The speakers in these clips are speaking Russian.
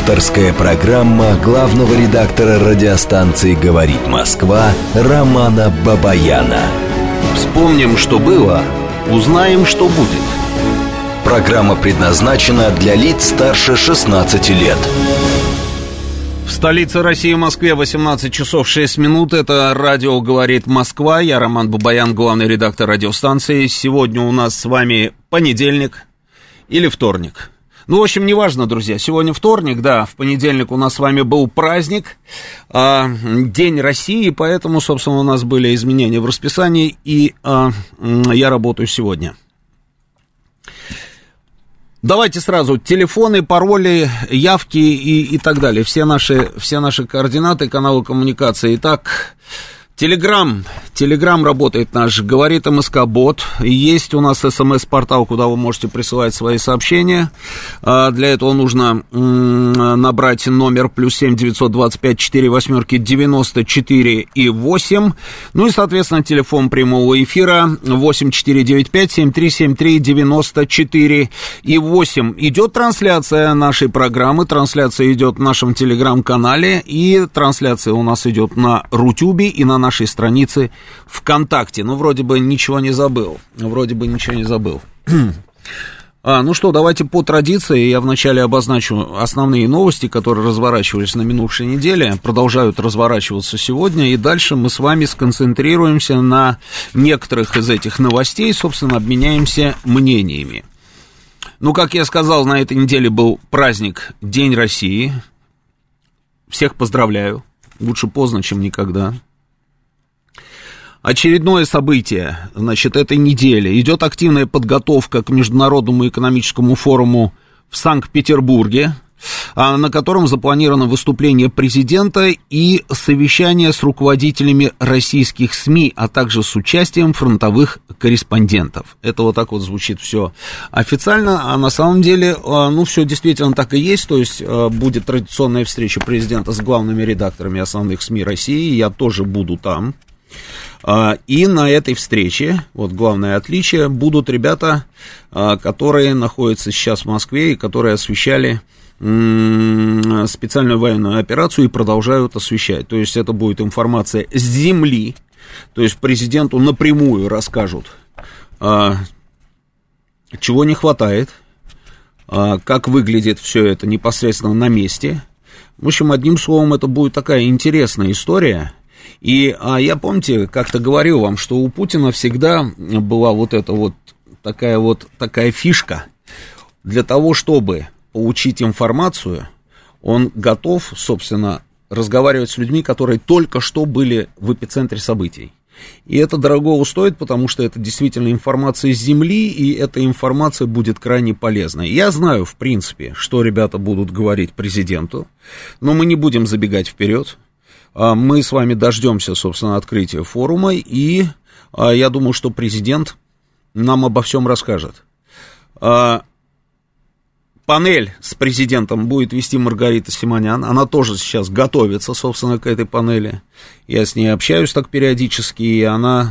Авторская программа главного редактора радиостанции «Говорит Москва» Романа Бабаяна. Вспомним, что было, узнаем, что будет. Программа предназначена для лиц старше 16 лет. В столице России, Москве, 18 часов 6 минут. Это радио «Говорит Москва». Я Роман Бабаян, главный редактор радиостанции. Сегодня у нас с вами понедельник или вторник. Ну, в общем, неважно, друзья. Сегодня вторник, да, в понедельник у нас с вами был праздник, День России, поэтому, собственно, у нас были изменения в расписании, и я работаю сегодня. Давайте сразу телефоны, пароли, явки и так далее. Все наши координаты, каналы коммуникации. Итак, Телеграм работает наш, говорит МСК-бот. Есть у нас СМС-портал, куда вы можете присылать свои сообщения. Для этого нужно набрать номер +7 925 48 94 и 8. Ну и, соответственно, телефон прямого эфира 8495 7373 94 и 8. Идет трансляция нашей программы. Трансляция идет в нашем телеграм-канале. И трансляция у нас идет на Рутюбе и на нашей странице ВКонтакте. Ну, вроде бы ничего не забыл. Ну что, давайте по традиции. Я вначале обозначу основные новости, которые разворачивались на минувшей неделе, продолжают разворачиваться сегодня, и дальше мы с вами сконцентрируемся на некоторых из этих новостей, собственно, обменяемся мнениями. Ну, как я сказал, на этой неделе был праздник День России. Всех поздравляю. Лучше поздно, чем никогда. Очередное событие, значит, этой недели. Идет активная подготовка к Международному экономическому форуму в Санкт-Петербурге, на котором запланировано выступление президента и совещание с руководителями российских СМИ, а также с участием фронтовых корреспондентов. Это вот так вот звучит все официально, а на самом деле, ну, все действительно так и есть, то есть будет традиционная встреча президента с главными редакторами основных СМИ России, я тоже буду там. И на этой встрече, вот главное отличие, будут ребята, которые находятся сейчас в Москве и которые освещали специальную военную операцию и продолжают освещать. То есть это будет информация с земли, то есть президенту напрямую расскажут, чего не хватает, как выглядит все это непосредственно на месте. В общем, одним словом, это будет такая интересная история. И я, помните, как-то говорил вам, что у Путина всегда была вот эта вот такая фишка. Для того, чтобы получить информацию, он готов, собственно, разговаривать с людьми, которые только что были в эпицентре событий. И это дорого стоит, потому что это действительно информация с земли, и эта информация будет крайне полезной. Я знаю, в принципе, что ребята будут говорить президенту, но мы не будем забегать вперед. Мы с вами дождемся, собственно, открытия форума, и я думаю, что президент нам обо всем расскажет. Панель с президентом будет вести Маргарита Симонян, она тоже сейчас готовится, собственно, к этой панели. Я с ней общаюсь так периодически, и она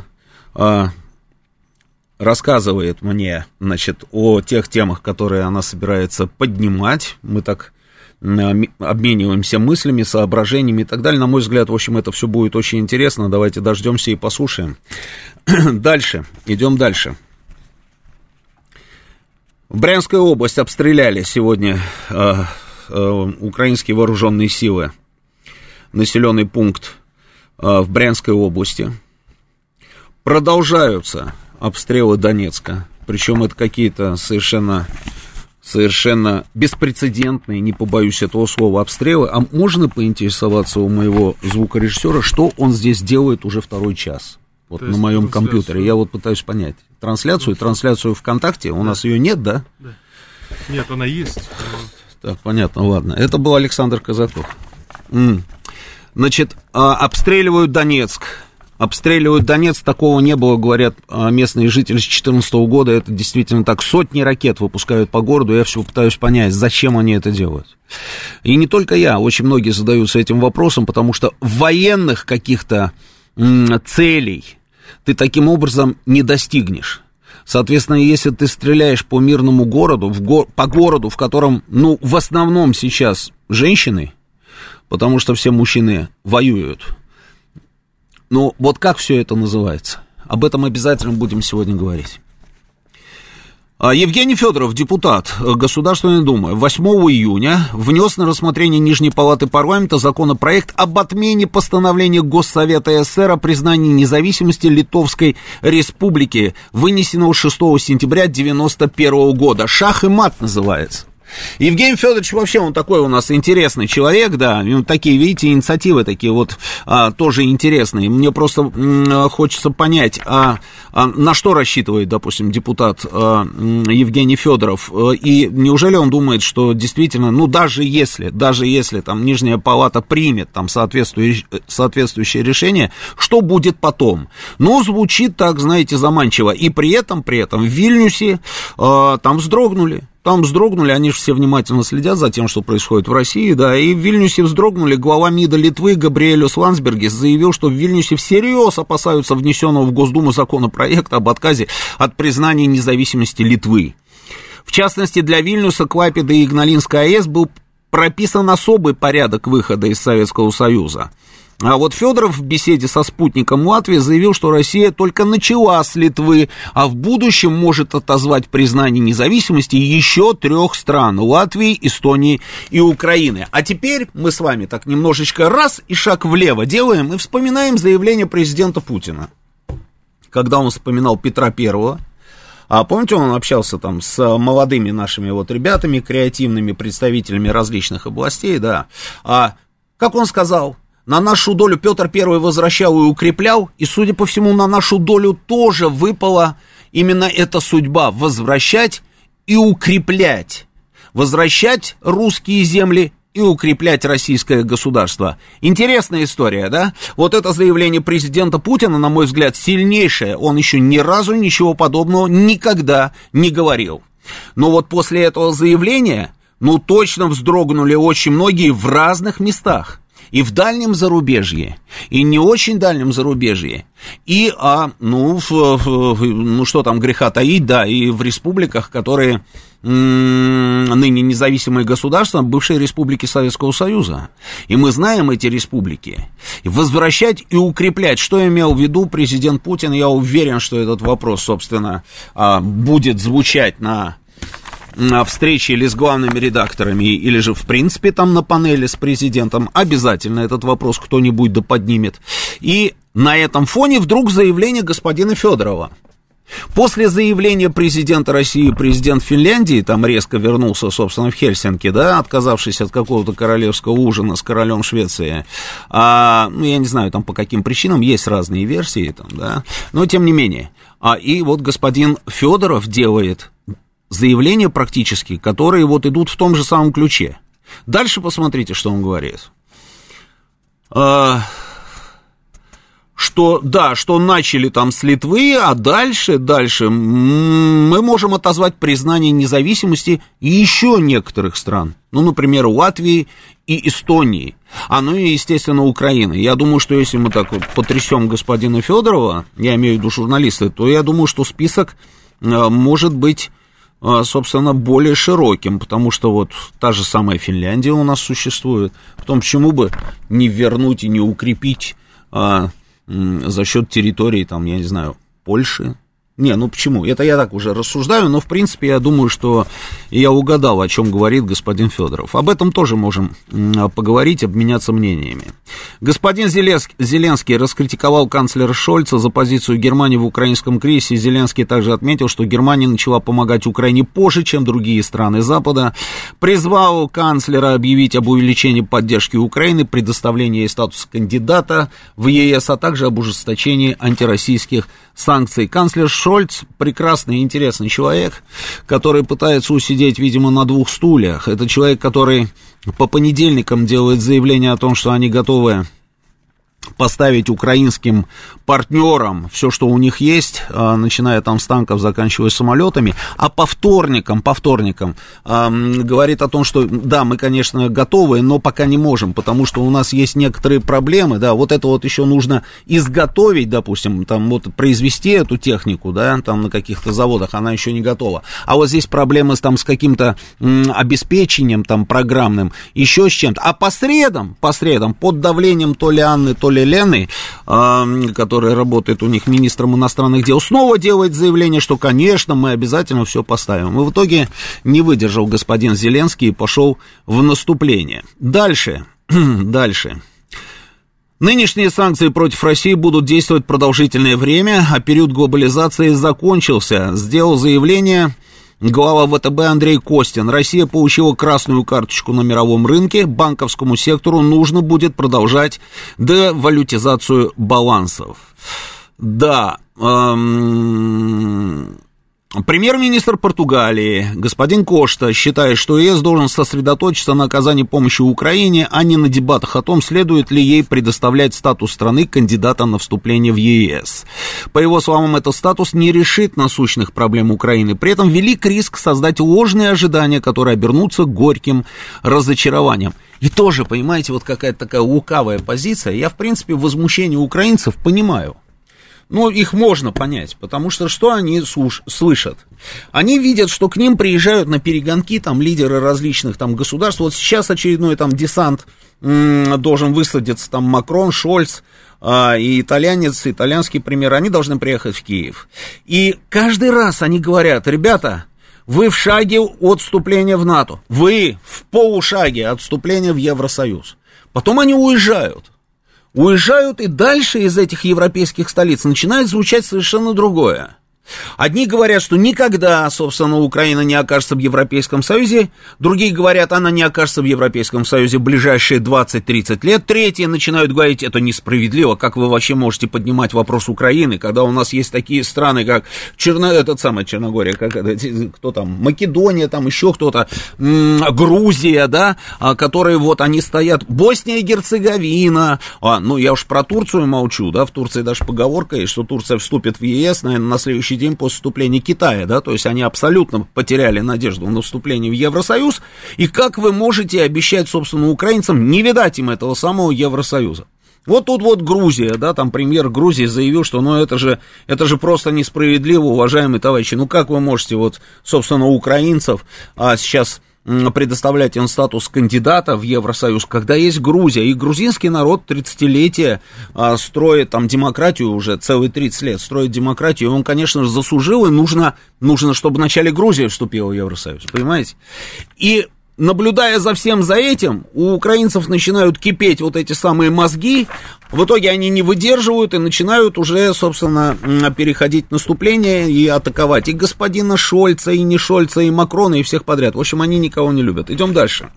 рассказывает мне, значит, о тех темах, которые она собирается поднимать. Мы так обмениваемся мыслями, соображениями и так далее. На мой взгляд, в общем, это все будет очень интересно. Давайте дождемся и послушаем. Дальше, идем дальше. В Брянскую область обстреляли сегодня украинские вооруженные силы населенный пункт в Брянской области. Продолжаются обстрелы Донецка, причем это какие-то совершенно беспрецедентные, не побоюсь этого слова, обстрелы. А можно поинтересоваться у моего звукорежиссера, что он здесь делает уже второй час? Вот на моем компьютере. Я вот пытаюсь понять. Трансляцию ВКонтакте, у нас ее нет, да? Да. Нет, она есть. Так, понятно, ладно. Это был Александр Казаков. Значит, обстреливают Донецк. Такого не было, говорят местные жители с 2014 года. Это действительно так. Сотни ракет выпускают по городу. Я все пытаюсь понять, зачем они это делают. И не только я, очень многие задаются этим вопросом, потому что военных каких-то целей ты таким образом не достигнешь. Соответственно, если ты стреляешь по мирному городу, по городу, в котором, ну, в основном сейчас женщины, потому что все мужчины воюют, ну, вот как все это называется? Об этом обязательно будем сегодня говорить. Евгений Федоров, депутат Государственной Думы, 8 июня внес на рассмотрение Нижней Палаты парламента законопроект об отмене постановления Госсовета СССР о признании независимости Литовской Республики, вынесенного 6 сентября 1991 года. Шах и мат называется. Евгений Федорович вообще, он такой у нас интересный человек, да, такие, видите, инициативы такие вот тоже интересные. Мне просто хочется понять, на что рассчитывает, допустим, депутат Евгений Федоров, и неужели он думает, что действительно, ну, даже если там Нижняя Палата примет там соответствующее решение, что будет потом? Ну, звучит так, знаете, заманчиво, и при этом в Вильнюсе там вздрогнули, они же все внимательно следят за тем, что происходит в России, да, и в Вильнюсе вздрогнули. Глава МИДа Литвы Габриэлюс Ландсбергис заявил, что в Вильнюсе всерьез опасаются внесенного в Госдуму законопроекта об отказе от признания независимости Литвы. В частности, для Вильнюса, Клайпеды и Игналинской АЭС был прописан особый порядок выхода из Советского Союза. А вот Федоров в беседе со спутником Латвии заявил, что Россия только начала с Литвы, а в будущем может отозвать признание независимости еще 3 стран – Латвии, Эстонии и Украины. А теперь мы с вами так немножечко раз и шаг влево делаем и вспоминаем заявление президента Путина. Когда он вспоминал Петра Первого, а помните, он общался там с молодыми нашими вот ребятами, креативными представителями различных областей, да, как он сказал? На нашу долю Петр I возвращал и укреплял, и, судя по всему, на нашу долю тоже выпала именно эта судьба – возвращать и укреплять. Возвращать русские земли и укреплять российское государство. Интересная история, да? Вот это заявление президента Путина, на мой взгляд, сильнейшее. Он еще ни разу ничего подобного никогда не говорил. Но вот после этого заявления, ну, точно вздрогнули очень многие в разных местах. И в дальнем зарубежье, и не очень дальнем зарубежье, и, что там греха таить, да, и в республиках, которые ныне независимые государства, бывшие республики Советского Союза. И мы знаем эти республики. Возвращать и укреплять, что имел в виду президент Путин, я уверен, что этот вопрос, собственно, будет звучать на встрече или с главными редакторами, или же, в принципе, там на панели с президентом, обязательно этот вопрос кто-нибудь да поднимет. И на этом фоне вдруг заявление господина Федорова. После заявления президента России, президент Финляндии там резко вернулся, собственно, в Хельсинки, да, отказавшись от какого-то королевского ужина с королем Швеции. Я не знаю, там по каким причинам, есть разные версии, там, да, но тем не менее. И вот господин Федоров делает заявления практически, которые вот идут в том же самом ключе. Дальше посмотрите, что он говорит. Что начали там с Литвы, а дальше мы можем отозвать признание независимости еще некоторых стран. Ну, например, Латвии и Эстонии. Ну и, естественно, Украины. Я думаю, что если мы так вот потрясем господина Федорова, я имею в виду журналисты, то я думаю, что список может быть, собственно, более широким, потому что вот та же самая Финляндия у нас существует. Потом, почему бы не вернуть и не укрепить за счет территории, там, я не знаю, Польши? Почему? Это я так уже рассуждаю, но, в принципе, я думаю, что я угадал, о чем говорит господин Федоров. Об этом тоже можем поговорить, обменяться мнениями. Господин Зеленский раскритиковал канцлера Шольца за позицию Германии в украинском кризисе. Зеленский также отметил, что Германия начала помогать Украине позже, чем другие страны Запада. Призвал канцлера объявить об увеличении поддержки Украины, предоставлении ей статуса кандидата в ЕС, а также об ужесточении антироссийских санкций. Канцлер Шольц прекрасный и интересный человек, который пытается усидеть, видимо, на 2 стульях. Это человек, который по понедельникам делает заявление о том, что они готовы поставить украинским партнерам все, что у них есть, начиная там с танков, заканчивая самолетами, а по вторникам говорит о том, что да, мы, конечно, готовы, но пока не можем, потому что у нас есть некоторые проблемы, да, вот это вот еще нужно изготовить, допустим, там вот произвести эту технику, да, там на каких-то заводах, она еще не готова, а вот здесь проблемы там с каким-то обеспечением там программным, еще с чем-то, а по средам, под давлением то ли Анны, то ли Лены, которая работает у них министром иностранных дел, снова делает заявление, что, конечно, мы обязательно все поставим. И в итоге не выдержал господин Зеленский и пошел в наступление. Дальше. Нынешние санкции против России будут действовать продолжительное время, а период глобализации закончился. Сделал заявление глава ВТБ Андрей Костин. Россия получила красную карточку на мировом рынке. Банковскому сектору нужно будет продолжать девалютизацию балансов. Да, премьер-министр Португалии господин Кошта считает, что ЕС должен сосредоточиться на оказании помощи Украине, а не на дебатах о том, следует ли ей предоставлять статус страны кандидата на вступление в ЕС. По его словам, этот статус не решит насущных проблем Украины. При этом велик риск создать ложные ожидания, которые обернутся горьким разочарованием. И тоже, понимаете, вот какая-то такая лукавая позиция. Я, в принципе, возмущение украинцев понимаю. Ну, их можно понять, потому что они слышат? Они видят, что к ним приезжают на перегонки там лидеры различных там государств. Вот сейчас очередной там десант должен высадиться, там Макрон, Шольц и итальянский премьер, они должны приехать в Киев. И каждый раз они говорят: ребята, вы в шаге от вступления в НАТО, вы в полушаге от вступления в Евросоюз. Потом они уезжают, и дальше из этих европейских столиц начинает звучать совершенно другое. Одни говорят, что никогда, собственно, Украина не окажется в Европейском Союзе, другие говорят, она не окажется в Европейском Союзе в ближайшие 20-30 лет, третьи начинают говорить, это несправедливо, как вы вообще можете поднимать вопрос Украины, когда у нас есть такие страны, как Черногория, кто там, Македония, там еще кто-то, Грузия, да, которые вот они стоят, Босния и Герцеговина, я уж про Турцию молчу, да, в Турции даже поговорка есть, что Турция вступит в ЕС, наверное, на следующий день после вступления Китая, да, то есть они абсолютно потеряли надежду на вступление в Евросоюз, и как вы можете обещать, собственно, украинцам не видать им этого самого Евросоюза? Вот тут вот Грузия, да, там премьер Грузии заявил, что, это же просто несправедливо, уважаемые товарищи, как вы можете вот, собственно, украинцев сейчас предоставлять им статус кандидата в Евросоюз, когда есть Грузия, и грузинский народ 30-летие строит там демократию уже, целые 30 лет строит демократию, и он, конечно же, заслужил, и нужно, чтобы вначале Грузия вступила в Евросоюз, понимаете? И наблюдая за всем за этим, у украинцев начинают кипеть вот эти самые мозги, в итоге они не выдерживают и начинают уже, собственно, переходить в наступление и атаковать и господина Шольца, и не Шольца, и Макрона, и всех подряд. В общем, они никого не любят. Идем дальше.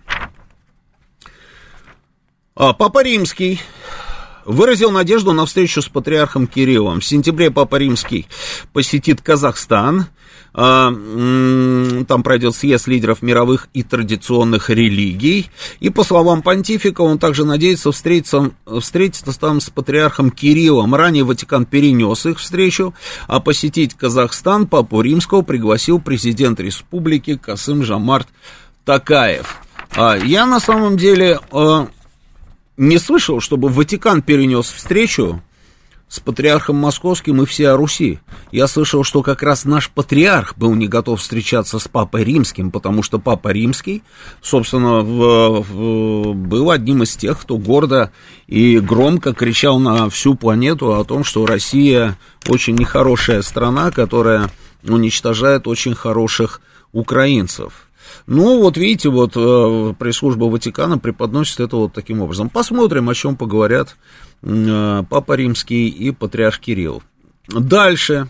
Папа Римский выразил надежду на встречу с патриархом Кириллом. В сентябре Папа Римский посетит Казахстан. Там пройдет съезд лидеров мировых и традиционных религий. И, по словам понтифика, он также надеется встретиться там с патриархом Кириллом. Ранее Ватикан перенес их встречу, а посетить Казахстан Папу Римского пригласил президент республики Касым-Жомарт Токаев. Я на самом деле не слышал, чтобы Ватикан перенес встречу с патриархом Московским и всей Руси. Я слышал, что как раз наш патриарх был не готов встречаться с Папой Римским, потому что Папа Римский, собственно, был одним из тех, кто гордо и громко кричал на всю планету о том, что Россия очень нехорошая страна, которая уничтожает очень хороших украинцев. Вот видите, пресс-служба Ватикана преподносит это вот таким образом. Посмотрим, о чем поговорят Папа Римский и патриарх Кирилл. Дальше.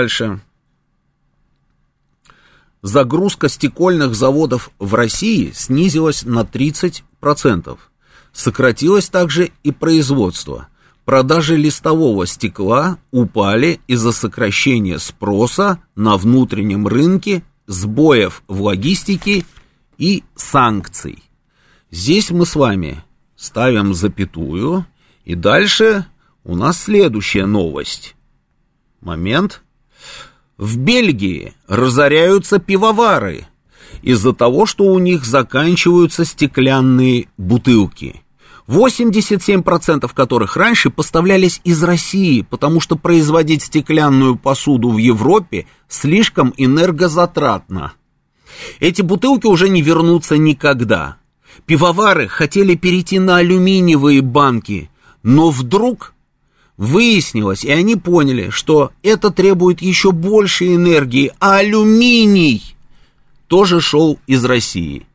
Загрузка стекольных заводов в России снизилась на 30%. Сократилось также и производство. Продажи листового стекла упали из-за сокращения спроса на внутреннем рынке, сбоев в логистике и санкций. Здесь мы с вами ставим запятую, и дальше у нас следующая новость. Момент. В Бельгии разоряются пивовары из-за того, что у них заканчиваются стеклянные бутылки. 87% которых раньше поставлялись из России, потому что производить стеклянную посуду в Европе слишком энергозатратно. Эти бутылки уже не вернутся никогда. Пивовары хотели перейти на алюминиевые банки, но вдруг выяснилось, и они поняли, что это требует еще больше энергии, а алюминий тоже шел из России.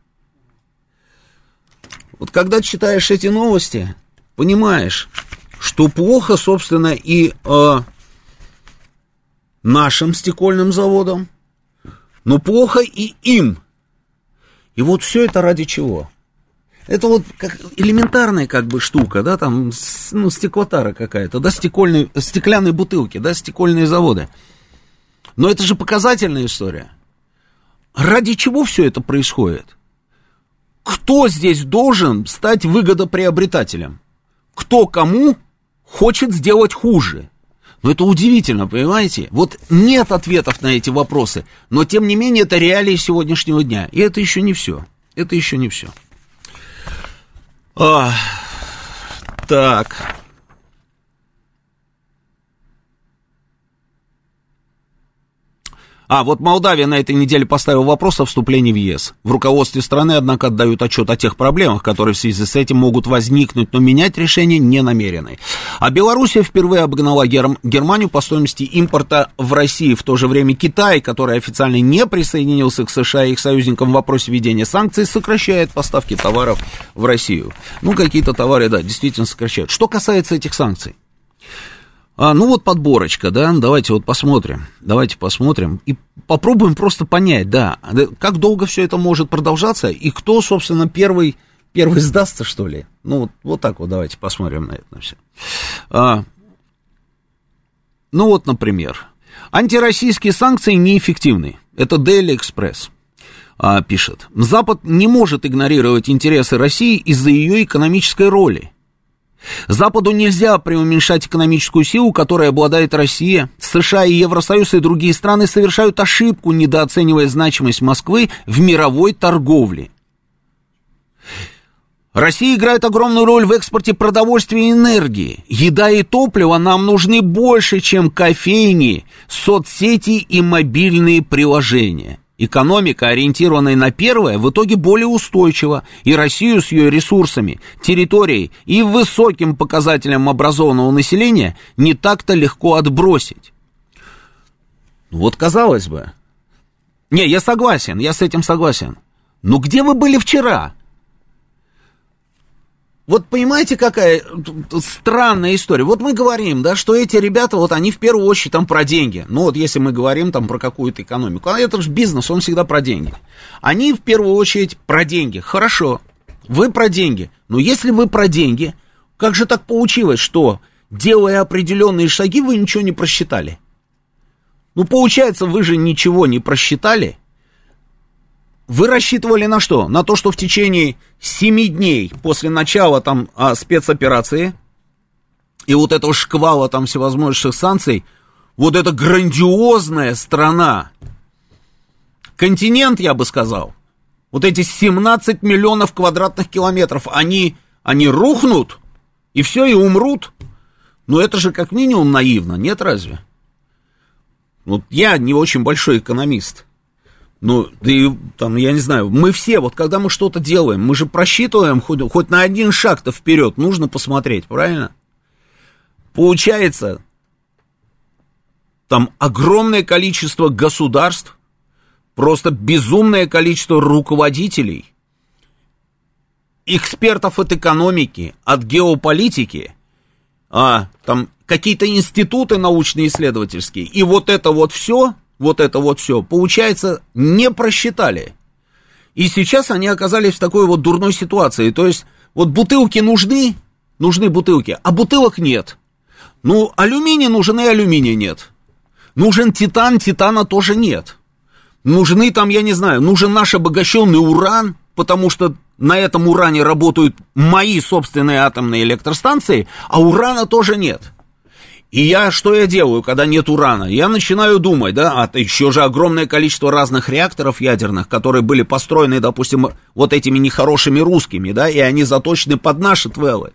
Вот когда читаешь эти новости, понимаешь, что плохо, собственно, и нашим стекольным заводам, но плохо и им. И вот все это ради чего? Это вот как элементарная как бы штука, да, там, ну, стеклотара какая-то, да, стеклянные бутылки, да, стекольные заводы. Но это же показательная история. Ради чего все это происходит? Кто здесь должен стать выгодоприобретателем? Кто кому хочет сделать хуже? Ну, это удивительно, понимаете? Вот нет ответов на эти вопросы, но, тем не менее, это реалии сегодняшнего дня. И это еще не все. Это еще не все. Так. Вот Молдавия на этой неделе поставила вопрос о вступлении в ЕС. В руководстве страны, однако, отдают отчет о тех проблемах, которые в связи с этим могут возникнуть, но менять решение не намерены. А Белоруссия впервые обогнала Германию по стоимости импорта в России. В то же время Китай, который официально не присоединился к США и их союзникам в вопросе введения санкций, сокращает поставки товаров в Россию. Ну, какие-то товары, да, действительно сокращают. Что касается этих санкций. Ну вот подборочка, да, давайте вот посмотрим и попробуем просто понять, да, как долго все это может продолжаться и кто, собственно, первый сдастся, что ли. Ну вот так вот давайте посмотрим на это на все. Ну вот, например, антироссийские санкции неэффективны. Это Daily Express пишет. Запад не может игнорировать интересы России из-за ее экономической роли. Западу нельзя преуменьшать экономическую силу, которой обладает Россия. США и Евросоюз и другие страны совершают ошибку, недооценивая значимость Москвы в мировой торговле. Россия играет огромную роль в экспорте продовольствия и энергии. Еда и топливо нам нужны больше, чем кофейни, соцсети и мобильные приложения. Экономика, ориентированная на первое, в итоге более устойчива, и Россию с ее ресурсами, территорией и высоким показателем образованного населения не так-то легко отбросить. Вот казалось бы. Не, я согласен, я с этим согласен. Но где вы были вчера? Вот понимаете, какая странная история. Вот мы говорим, да, что эти ребята, вот они в первую очередь там про деньги. Ну вот если мы говорим там про какую-то экономику, а это же бизнес, он всегда про деньги. Они в первую очередь про деньги. Хорошо, вы про деньги. Но если вы про деньги, как же так получилось, что, делая определенные шаги, вы ничего не просчитали? Ну, получается, вы же ничего не просчитали. Вы рассчитывали на что? На то, что в течение 7 дней после начала там спецоперации и вот этого шквала там всевозможных санкций, вот эта грандиозная страна, континент, я бы сказал, вот эти 17 миллионов квадратных километров, они рухнут, и все, и умрут. Но это же как минимум наивно, нет разве? Вот я не очень большой экономист. Ну, и, там, я не знаю, мы все, вот когда мы что-то делаем, мы же просчитываем хоть на один шаг-то вперед, нужно посмотреть, правильно? Получается, там огромное количество государств, просто безумное количество руководителей, экспертов от экономики, от геополитики, там какие-то институты научно-исследовательские, и вот это вот все, получается, не просчитали. И сейчас они оказались в такой вот дурной ситуации. То есть, вот бутылки нужны бутылки, а бутылок нет. Ну, алюминий нужен, и алюминия нет. Нужен титан, титана тоже нет. Нужны там, я не знаю, нужен наш обогащенный уран, потому что на этом уране работают мои собственные атомные электростанции, а урана тоже нет. И что я делаю, когда нет урана? Я начинаю думать, да, еще же огромное количество разных реакторов ядерных, которые были построены, допустим, вот этими нехорошими русскими, да, и они заточены под наши твелы.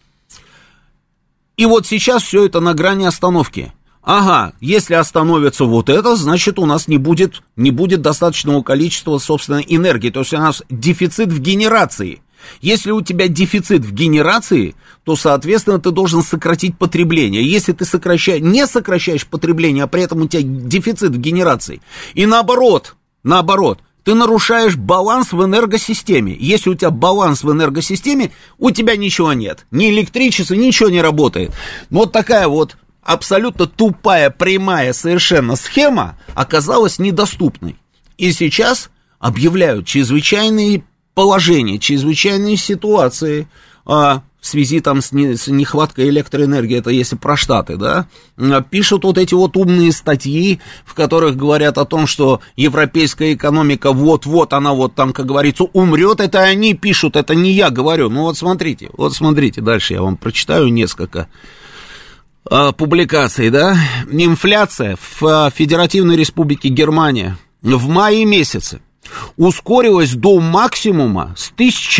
И вот сейчас все это на грани остановки. Ага, если остановится вот это, значит, у нас не будет достаточного количества, собственно, энергии, то есть у нас дефицит в генерации. Если у тебя дефицит в генерации, то, соответственно, ты должен сократить потребление. Если ты не сокращаешь потребление, а при этом у тебя дефицит в генерации, и наоборот, ты нарушаешь баланс в энергосистеме. Если у тебя баланс в энергосистеме, у тебя ничего нет. Ни электричества, ничего не работает. Вот такая вот абсолютно тупая, прямая совершенно схема оказалась недоступной. И сейчас объявляют чрезвычайные положения, чрезвычайные ситуации в связи там с нехваткой электроэнергии, это если про Штаты, да, пишут вот эти вот умные статьи, в которых говорят о том, что европейская экономика вот-вот, она вот там, как говорится, умрет, это они пишут, это не я говорю. Ну вот смотрите, дальше я вам прочитаю несколько публикаций, да. Инфляция в Федеративной Республике Германия в мае месяце ускорилась до максимума с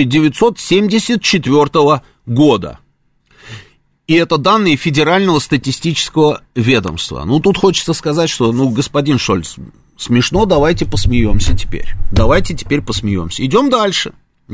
1974 года. И это данные Федерального статистического ведомства. Ну, тут хочется сказать, что, господин Шольц, смешно, давайте посмеемся теперь. Идем дальше.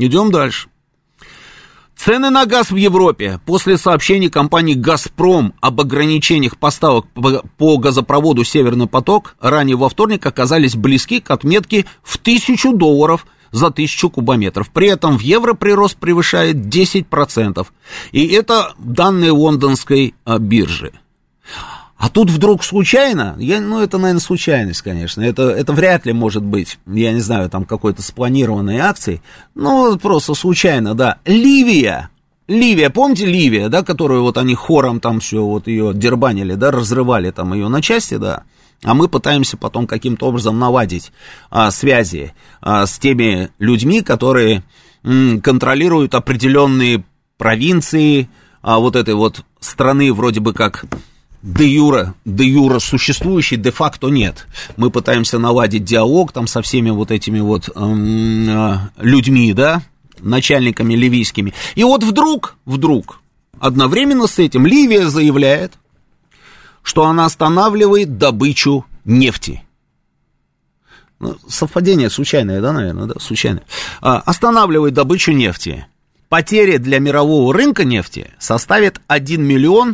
Цены на газ в Европе после сообщений компании «Газпром» об ограничениях поставок по газопроводу «Северный поток» ранее во вторник оказались близки к отметке в $1000 за 1000 кубометров. При этом в евро прирост превышает 10%. И это данные лондонской биржи. А тут вдруг случайно, это, наверное, случайность, конечно, это вряд ли может быть, я не знаю, там какой-то спланированной акцией, просто случайно, да. Ливия, помните Ливия, да, которую вот они хором там все вот ее дербанили, да, разрывали там ее на части, да, а мы пытаемся потом каким-то образом наладить связи с теми людьми, которые контролируют определенные провинции вот этой вот страны вроде бы как де юре существующий, де-факто нет. Мы пытаемся наладить диалог там со всеми вот этими вот людьми, да, начальниками ливийскими. И вот вдруг, одновременно с этим Ливия заявляет, что она останавливает добычу нефти. Совпадение случайное, да, наверное, да, случайное. Останавливает добычу нефти. Потери для мирового рынка нефти составят 1,1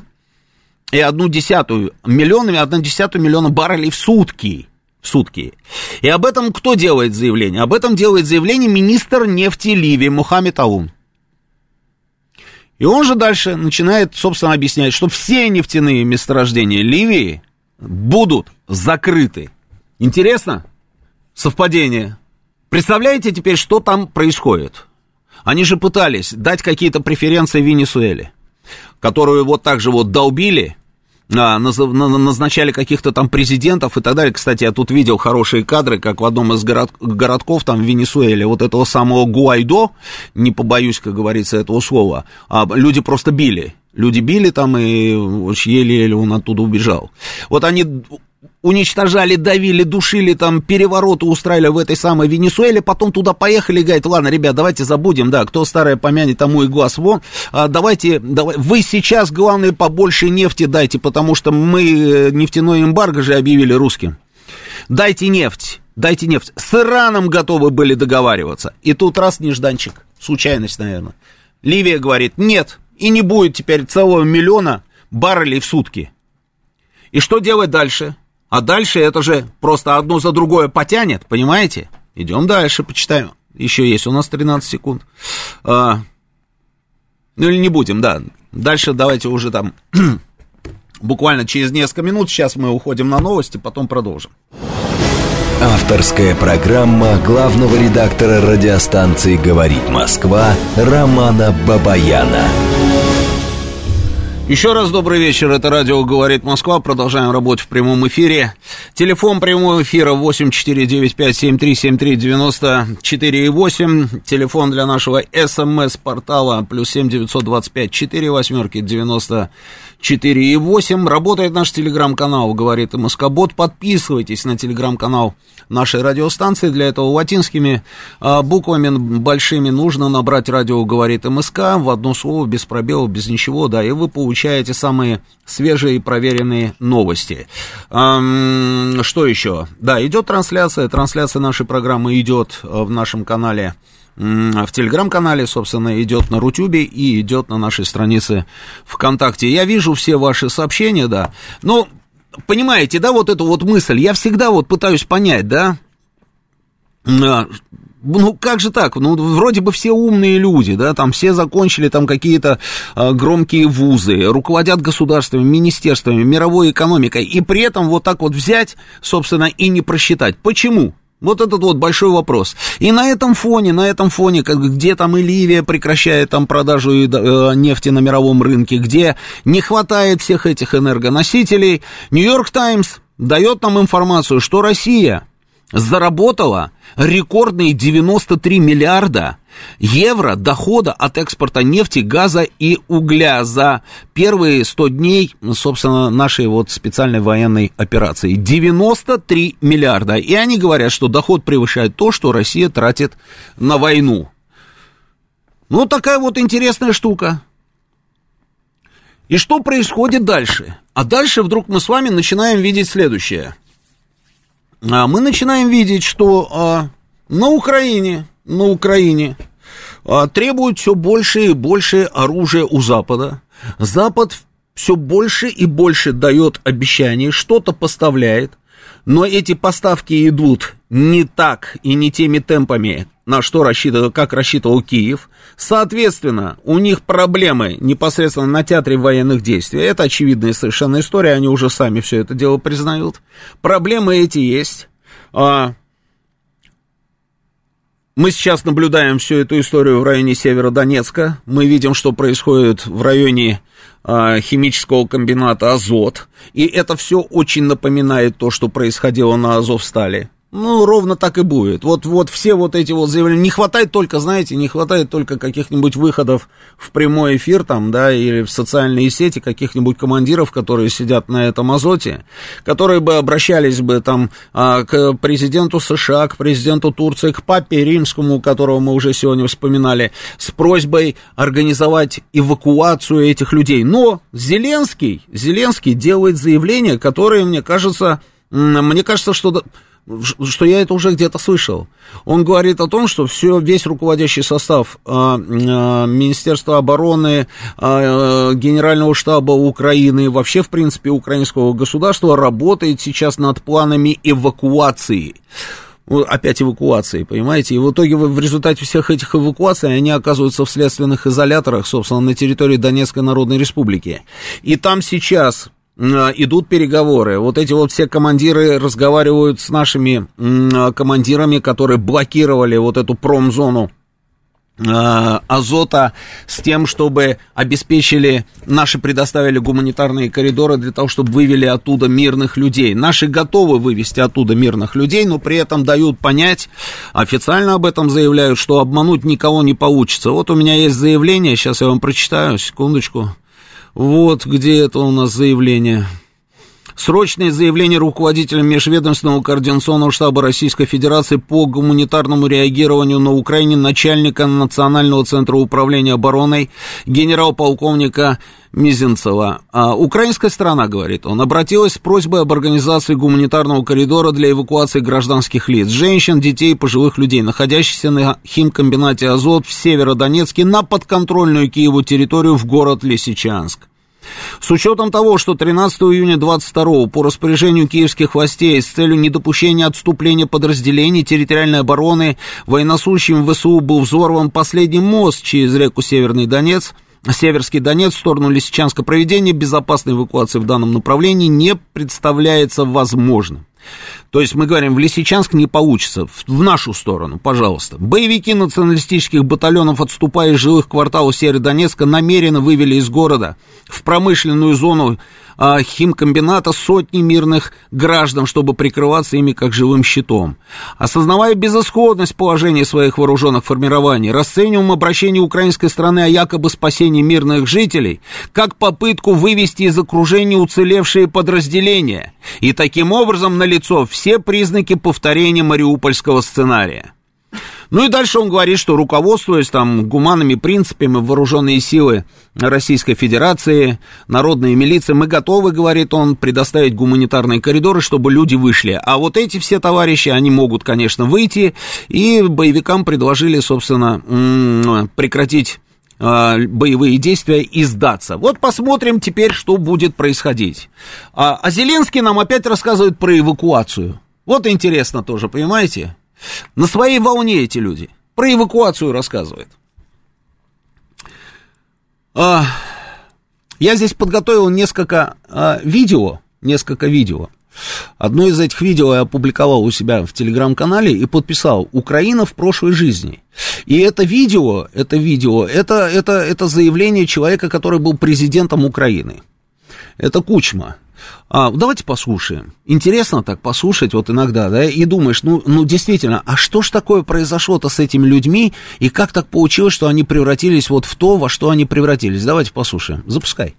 миллиона баррелей в сутки. И об этом кто делает заявление? Об этом делает заявление министр нефти Ливии Мухаммед Аун. И он же дальше начинает, собственно, объяснять, что все нефтяные месторождения Ливии будут закрыты. Интересно? Совпадение. Представляете теперь, что там происходит? Они же пытались дать какие-то преференции Венесуэле, которую вот так же вот долбили, назначали каких-то там президентов и так далее. Кстати, я тут видел хорошие кадры, как в одном из городков там в Венесуэле вот этого самого Гуайдо, не побоюсь, как говорится, этого слова, люди просто били. Люди били там, и еле-еле он оттуда убежал. Вот они уничтожали, давили, душили, там, перевороты устраивали в этой самой Венесуэле, потом туда поехали и говорят, ладно, ребят, давайте забудем, да, кто старое помянет, тому и глаз вон, давайте, вы сейчас, главное, побольше нефти дайте, потому что мы нефтяной эмбарго же объявили русским. Дайте нефть, с Ираном готовы были договариваться, и тут раз нежданчик, случайность, наверное. Ливия говорит, нет, и не будет теперь целого 1 миллиона баррелей в сутки. И что делать дальше? А дальше это же просто одно за другое потянет, понимаете? Идем дальше, почитаем. Еще есть у нас 13 секунд. Или не будем, да. Дальше давайте уже там буквально через несколько минут. Сейчас мы уходим на новости, потом продолжим. Авторская программа главного редактора радиостанции «Говорит Москва» Романа Бабаяна. Еще раз добрый вечер, это радио «Говорит Москва», продолжаем работу в прямом эфире. Телефон прямого эфира 8495-7373-94,8, телефон для нашего СМС-портала +7 925 4 8 94,8. Работает наш телеграм-канал «Говорит МСК-бот». Подписывайтесь на телеграм-канал нашей радиостанции. Для этого латинскими буквами большими нужно набрать «Радио Говорит МСК» в одно слово, без пробелов, без ничего, да, и вы получаете самые свежие и проверенные новости. Что еще? Да, идет трансляция нашей программы идет в нашем канале, в телеграм-канале, собственно, идет на Рутюбе и идет на нашей странице ВКонтакте. Я вижу все ваши сообщения, да, но, понимаете, да, вот эту вот мысль, я всегда вот пытаюсь понять, да, ну, как же так? Ну, вроде бы все умные люди, да, там все закончили там какие-то громкие вузы, руководят государствами, министерствами, мировой экономикой, и при этом вот так вот взять, собственно, и не просчитать. Почему? Вот этот вот большой вопрос. И на этом фоне, где там и Ливия прекращает там продажу нефти на мировом рынке, где не хватает всех этих энергоносителей, Нью-Йорк Таймс дает нам информацию, что Россия заработала рекордные 93 миллиарда евро дохода от экспорта нефти, газа и угля за первые 100 дней, собственно, нашей вот специальной военной операции. 93 миллиарда. И они говорят, что доход превышает то, что Россия тратит на войну. Ну, такая вот интересная штука. И что происходит дальше? А дальше вдруг мы с вами начинаем видеть следующее. Мы начинаем видеть, что на Украине требуют все больше и больше оружия у Запада. Запад все больше и больше дает обещаний, что-то поставляет, но эти поставки идут не так и не теми темпами, на что как рассчитывал Киев. Соответственно, у них проблемы непосредственно на театре военных действий. Это очевидная совершенно история, они уже сами все это дело признают. Проблемы эти есть. Мы сейчас наблюдаем всю эту историю в районе Северодонецка. Мы видим, что происходит в районе химического комбината «Азот». И это все очень напоминает то, что происходило на Азовстали. Ну, ровно так и будет. Вот все вот эти вот заявления. Не хватает только, знаете, каких-нибудь выходов в прямой эфир там, да, или в социальные сети каких-нибудь командиров, которые сидят на этом азоте, которые бы обращались бы там к президенту США, к президенту Турции, к папе римскому, которого мы уже сегодня вспоминали, с просьбой организовать эвакуацию этих людей. Но Зеленский делает заявление, которое, мне кажется, что я это уже где-то слышал. Он говорит о том, что весь руководящий состав Министерства обороны, Генерального штаба Украины, вообще, в принципе, украинского государства работает сейчас над планами эвакуации. Опять эвакуации, понимаете? И в итоге в результате всех этих эвакуаций они оказываются в следственных изоляторах, собственно, на территории Донецкой Народной Республики. И там сейчас идут переговоры. Вот эти вот все командиры разговаривают с нашими командирами, которые блокировали вот эту промзону азота с тем, чтобы предоставили гуманитарные коридоры для того, чтобы вывели оттуда мирных людей. Наши готовы вывести оттуда мирных людей, но при этом дают понять, официально об этом заявляют, что обмануть никого не получится. Вот у меня есть заявление, сейчас я вам прочитаю, секундочку. Вот где это у нас заявление. Срочное заявление руководителя Межведомственного координационного штаба Российской Федерации по гуманитарному реагированию на Украине начальника Национального центра управления обороной генерал-полковника Мизинцева. Украинская сторона, говорит он, обратилась с просьбой об организации гуманитарного коридора для эвакуации гражданских лиц, женщин, детей и пожилых людей, находящихся на химкомбинате «Азот» в Северодонецке на подконтрольную Киеву территорию в город Лисичанск. С учетом того, что 13 июня 22 по распоряжению киевских властей с целью недопущения отступления подразделений территориальной обороны военнослужащим ВСУ был взорван последний мост через реку Северский Донец в сторону Лисичанска, проведение безопасной эвакуации в данном направлении не представляется возможным. То есть мы говорим, в Лисичанск не получится, в нашу сторону, пожалуйста. Боевики националистических батальонов, отступая из жилых кварталов Северодонецка, намеренно вывели из города в промышленную зону химкомбината сотни мирных граждан, чтобы прикрываться ими как живым щитом. Осознавая безысходность положения своих вооруженных формирований, расцениваем обращение украинской страны о якобы спасении мирных жителей как попытку вывести из окружения уцелевшие подразделения. И таким образом налицо все признаки повторения мариупольского сценария. Ну и дальше он говорит, что руководствуясь там гуманными принципами, вооруженные силы Российской Федерации, народные милиции, мы готовы, говорит он, предоставить гуманитарные коридоры, чтобы люди вышли. А вот эти все товарищи, они могут, конечно, выйти, и боевикам предложили, собственно, прекратить боевые действия и сдаться. Вот посмотрим теперь, что будет происходить. А Зеленский нам опять рассказывает про эвакуацию. Вот интересно тоже, понимаете? На своей волне эти люди. Про эвакуацию рассказывает. Я здесь подготовил несколько видео. Одно из этих видео я опубликовал у себя в телеграм-канале и подписал «Украина в прошлой жизни». И это видео, это заявление человека, который был президентом Украины. Это Кучма. Давайте послушаем. Интересно так послушать вот иногда, да, и думаешь, ну действительно, а что ж такое произошло-то с этими людьми, и как так получилось, что они превратились вот в то, во что они превратились? Давайте послушаем. Запускай.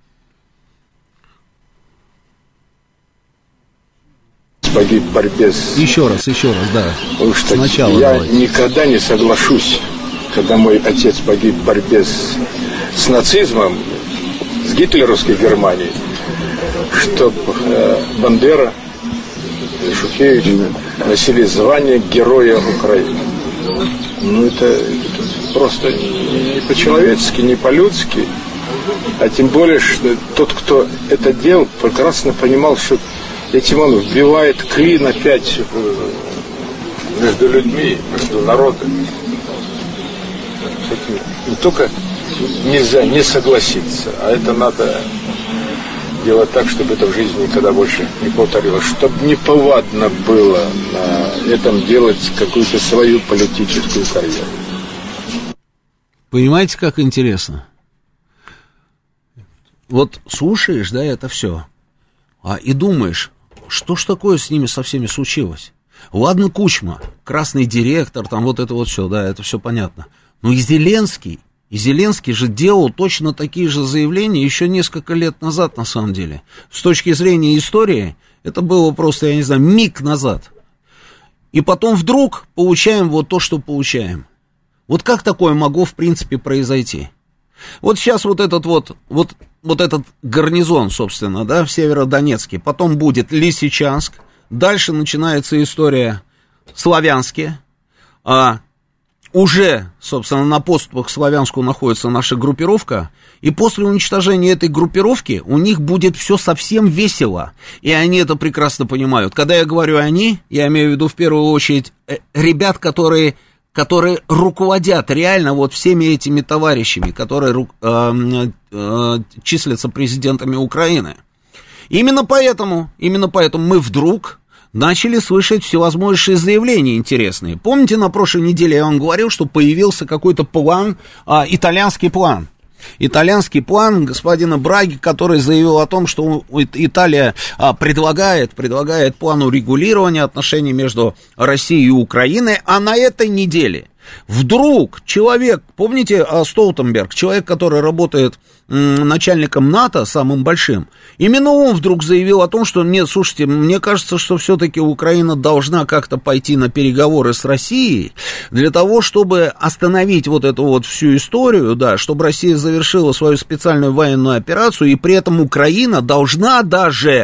Погиб в борьбе с... Еще раз, да. Сначала я давайте. Никогда не соглашусь, когда мой отец погиб в борьбе с нацизмом, с гитлеровской Германией, чтобы Бандера и Шухевич носили звание Героя Украины. Ну, это просто не по-человечески, не по-людски. А тем более, что тот, кто это делал, прекрасно понимал, что этим он вбивает клин опять между людьми, между народами. Не только нельзя не согласиться, а это надо делать так, чтобы это в жизни никогда больше не повторилось, чтобы не повадно было на этом делать какую-то свою политическую карьеру. Понимаете, как интересно? Вот слушаешь, да, это все, и думаешь, что ж такое с ними со всеми случилось? Ладно, Кучма, красный директор, там вот это вот все, да, это все понятно. Но и Зеленский же делал точно такие же заявления еще несколько лет назад, на самом деле. С точки зрения истории, это было просто, я не знаю, миг назад. И потом вдруг получаем вот то, что получаем. Вот как такое могло, в принципе, произойти? Вот сейчас вот этот гарнизон, собственно, да, в Северодонецке, потом будет Лисичанск, дальше начинается история Славянске, уже, собственно, на подступах к Славянску находится наша группировка, и после уничтожения этой группировки у них будет все совсем весело, и они это прекрасно понимают. Когда я говорю «они», я имею в виду в первую очередь ребят, которые руководят реально вот всеми этими товарищами, которые числятся президентами Украины. Именно поэтому мы вдруг начали слышать всевозможные заявления интересные. Помните, на прошлой неделе я вам говорил, что появился какой-то план, итальянский план. Итальянский план господина Браги, который заявил о том, что Италия предлагает план урегулирования отношений между Россией и Украиной, а на этой неделе вдруг человек, помните Столтенберг, человек, который работает начальником НАТО, самым большим, именно он вдруг заявил о том, что нет, слушайте, мне кажется, что все-таки Украина должна как-то пойти на переговоры с Россией для того, чтобы остановить вот эту вот всю историю, да, чтобы Россия завершила свою специальную военную операцию, и при этом Украина должна даже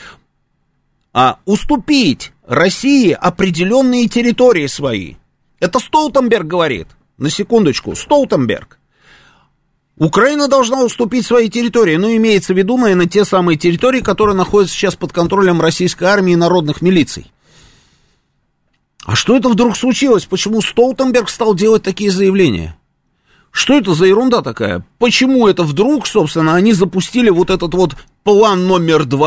уступить России определенные территории свои. Это Столтенберг говорит, на секундочку, Столтенберг. Украина должна уступить свои территории, но имеется в виду, наверное, те самые территории, которые находятся сейчас под контролем российской армии и народных милиций. А что это вдруг случилось? Почему Столтенберг стал делать такие заявления? Что это за ерунда такая? Почему это вдруг, собственно, они запустили вот этот вот план номер 2,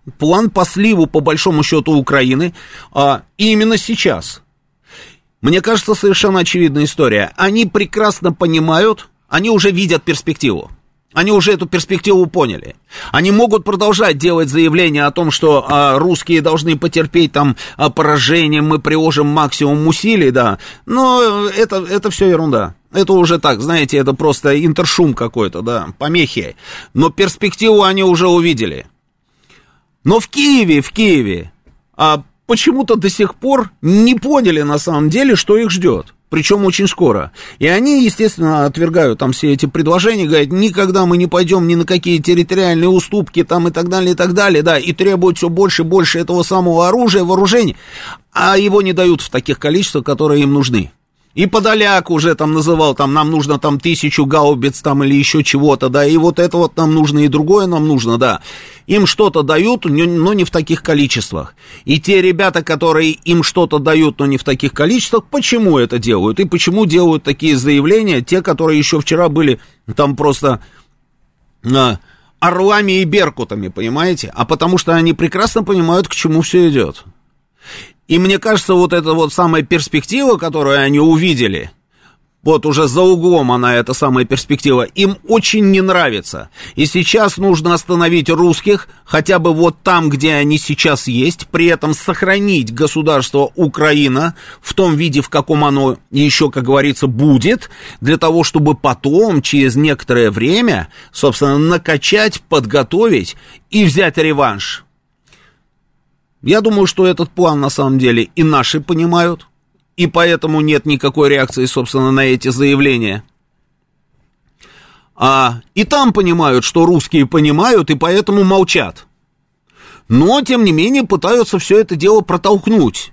план по сливу, по большому счету, Украины именно сейчас. Мне кажется, совершенно очевидная история. Они прекрасно понимают, они уже видят перспективу. Они уже эту перспективу поняли. Они могут продолжать делать заявления о том, что русские должны потерпеть там поражение, мы приложим максимум усилий, да. Но это все ерунда. Это уже так, знаете, это просто интершум какой-то, да, помехи. Но перспективу они уже увидели. Но в Киеве, почему-то до сих пор не поняли на самом деле, что их ждет. Причем очень скоро. И они, естественно, отвергают там все эти предложения, говорят, никогда мы не пойдем ни на какие территориальные уступки там и так далее, да, и требуют все больше и больше этого самого оружия, вооружений, а его не дают в таких количествах, которые им нужны. И Подоляк уже там называл, там, нам нужно там 1000 гаубиц там или еще чего-то, да, и вот это вот нам нужно, и другое нам нужно, да. Им что-то дают, но не в таких количествах. И те ребята, которые им что-то дают, но не в таких количествах, почему это делают? И почему делают такие заявления, те, которые еще вчера были там просто орлами и беркутами, понимаете? А потому что они прекрасно понимают, к чему все идет. И мне кажется, вот эта вот самая перспектива, которую они увидели, вот уже за углом она, эта самая перспектива, им очень не нравится. И сейчас нужно остановить русских, хотя бы вот там, где они сейчас есть, при этом сохранить государство Украина в том виде, в каком оно еще, как говорится, будет, для того, чтобы потом, через некоторое время, собственно, накачать, подготовить и взять реванш. Я думаю, что этот план, на самом деле, и наши понимают, и поэтому нет никакой реакции, собственно, на эти заявления. И там понимают, что русские понимают, и поэтому молчат. Но, тем не менее, пытаются все это дело протолкнуть.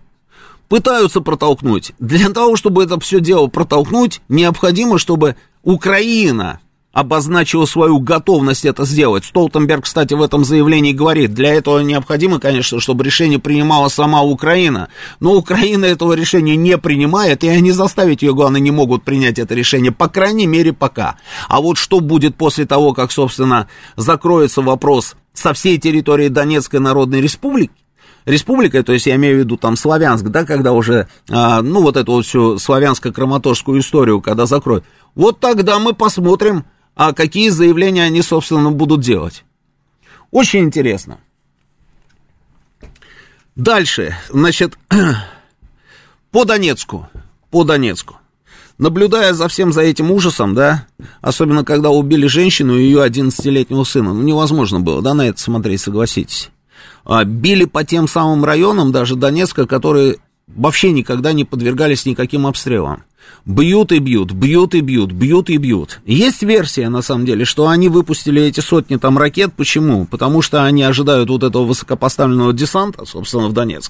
Для того, чтобы это все дело протолкнуть, необходимо, чтобы Украина обозначила свою готовность это сделать. Столтенберг, кстати, в этом заявлении говорит, для этого необходимо, конечно, чтобы решение принимала сама Украина. Но Украина этого решения не принимает, и они заставить ее, главное, не могут принять это решение, по крайней мере, пока. А вот что будет после того, как, собственно, закроется вопрос со всей территории Донецкой Народной Республикой, то есть я имею в виду там Славянск, да, когда уже, вот эту вот всю славянско-краматорскую историю, когда закроют, вот тогда мы посмотрим, какие заявления они, собственно, будут делать. Очень интересно. Дальше, значит, по Донецку. Наблюдая за всем за этим ужасом, да, особенно когда убили женщину и ее 11-летнего сына, невозможно было, да, на это смотреть, согласитесь. Били по тем самым районам, даже Донецка, которые вообще никогда не подвергались никаким обстрелам. Бьют и бьют. Есть версия, на самом деле, что они выпустили эти сотни там ракет. Почему? Потому что они ожидают вот этого высокопоставленного десанта, собственно, в Донецк.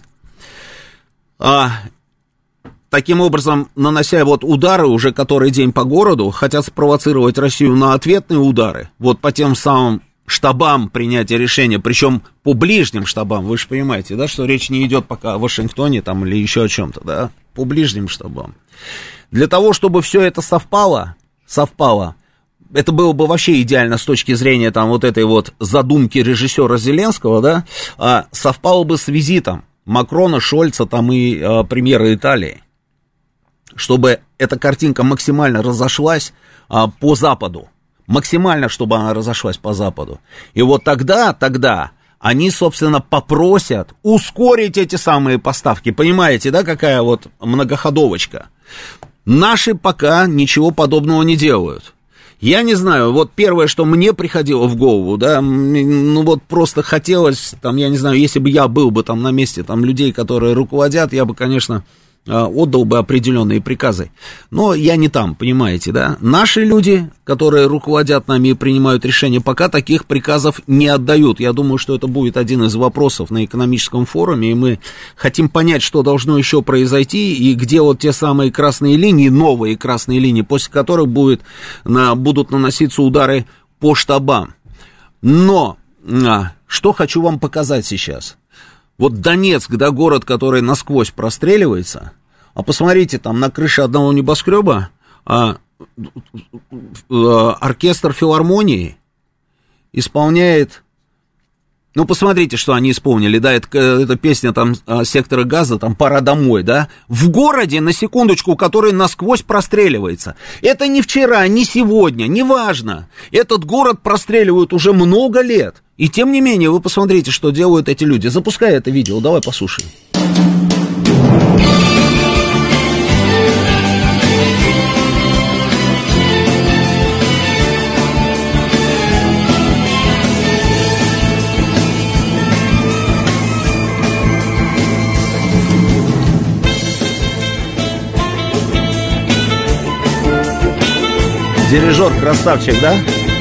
Таким образом, нанося вот удары уже который день по городу, хотят спровоцировать Россию на ответные удары, вот по тем самым штабам принятия решения, причем по ближним штабам, вы же понимаете, да, что речь не идет пока о Вашингтоне там или еще о чем-то, да, по ближним штабам. Для того, чтобы все это совпало, это было бы вообще идеально с точки зрения там вот этой вот задумки режиссера Зеленского, да, совпало бы с визитом Макрона, Шольца там и премьера Италии, чтобы эта картинка максимально разошлась по Западу. Максимально, чтобы она разошлась по Западу. И вот тогда они, собственно, попросят ускорить эти самые поставки. Понимаете, да, какая вот многоходовочка? Наши пока ничего подобного не делают. Я не знаю, вот первое, что мне приходило в голову, да, ну вот просто хотелось, там, я не знаю, если бы я был бы там на месте там людей, которые руководят, я бы, конечно, отдал бы определенные приказы. Но я не там, понимаете, да? Наши люди, которые руководят нами и принимают решения, пока таких приказов не отдают. Я думаю, что это будет один из вопросов на экономическом форуме, и мы хотим понять, что должно еще произойти, и где вот те самые красные линии, новые красные линии, после которых будут наноситься удары по штабам. Но, что хочу вам показать сейчас. Вот Донецк, да, город, который насквозь простреливается, а посмотрите, там на крыше одного небоскреба оркестр филармонии исполняет Ну, посмотрите, что они исполнили, да, это песня там «Сектора газа», там «Пора домой», да, в городе, на секундочку, который насквозь простреливается. Это не вчера, не сегодня, неважно. Этот город простреливают уже много лет. И тем не менее, вы посмотрите, что делают эти люди. Запускай это видео, давай послушаем. Дирижер красавчик, да?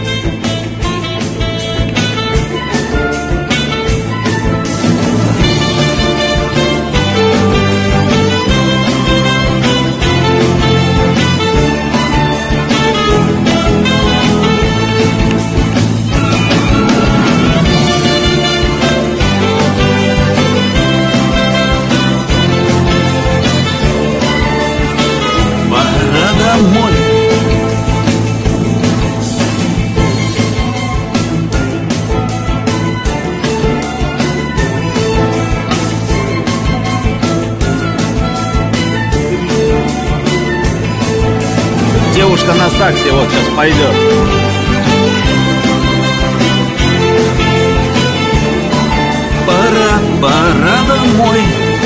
Пора домой. Девушка на саксе вот сейчас пойдет. Пора домой.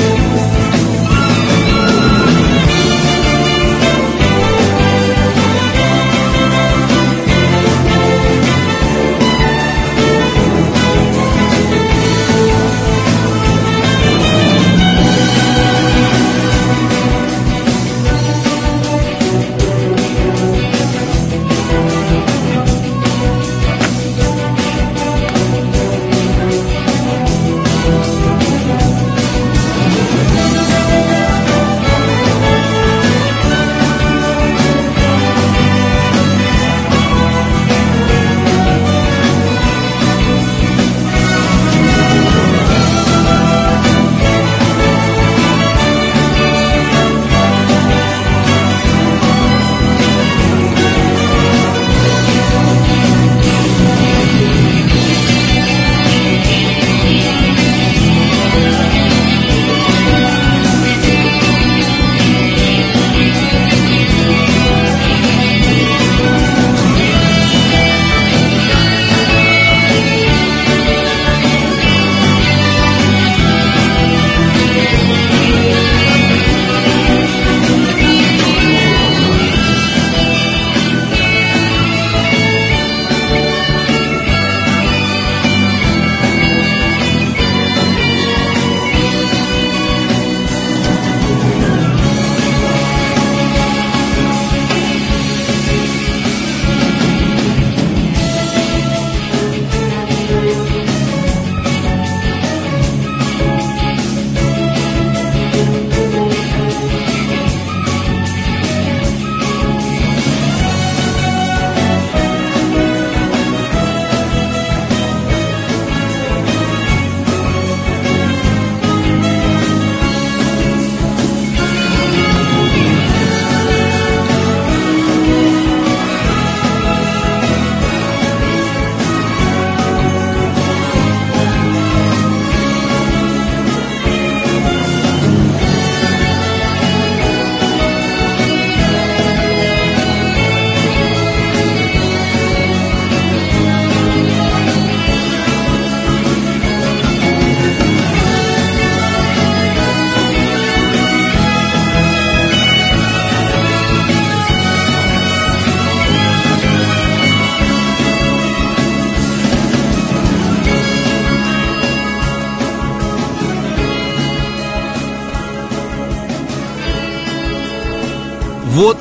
Вот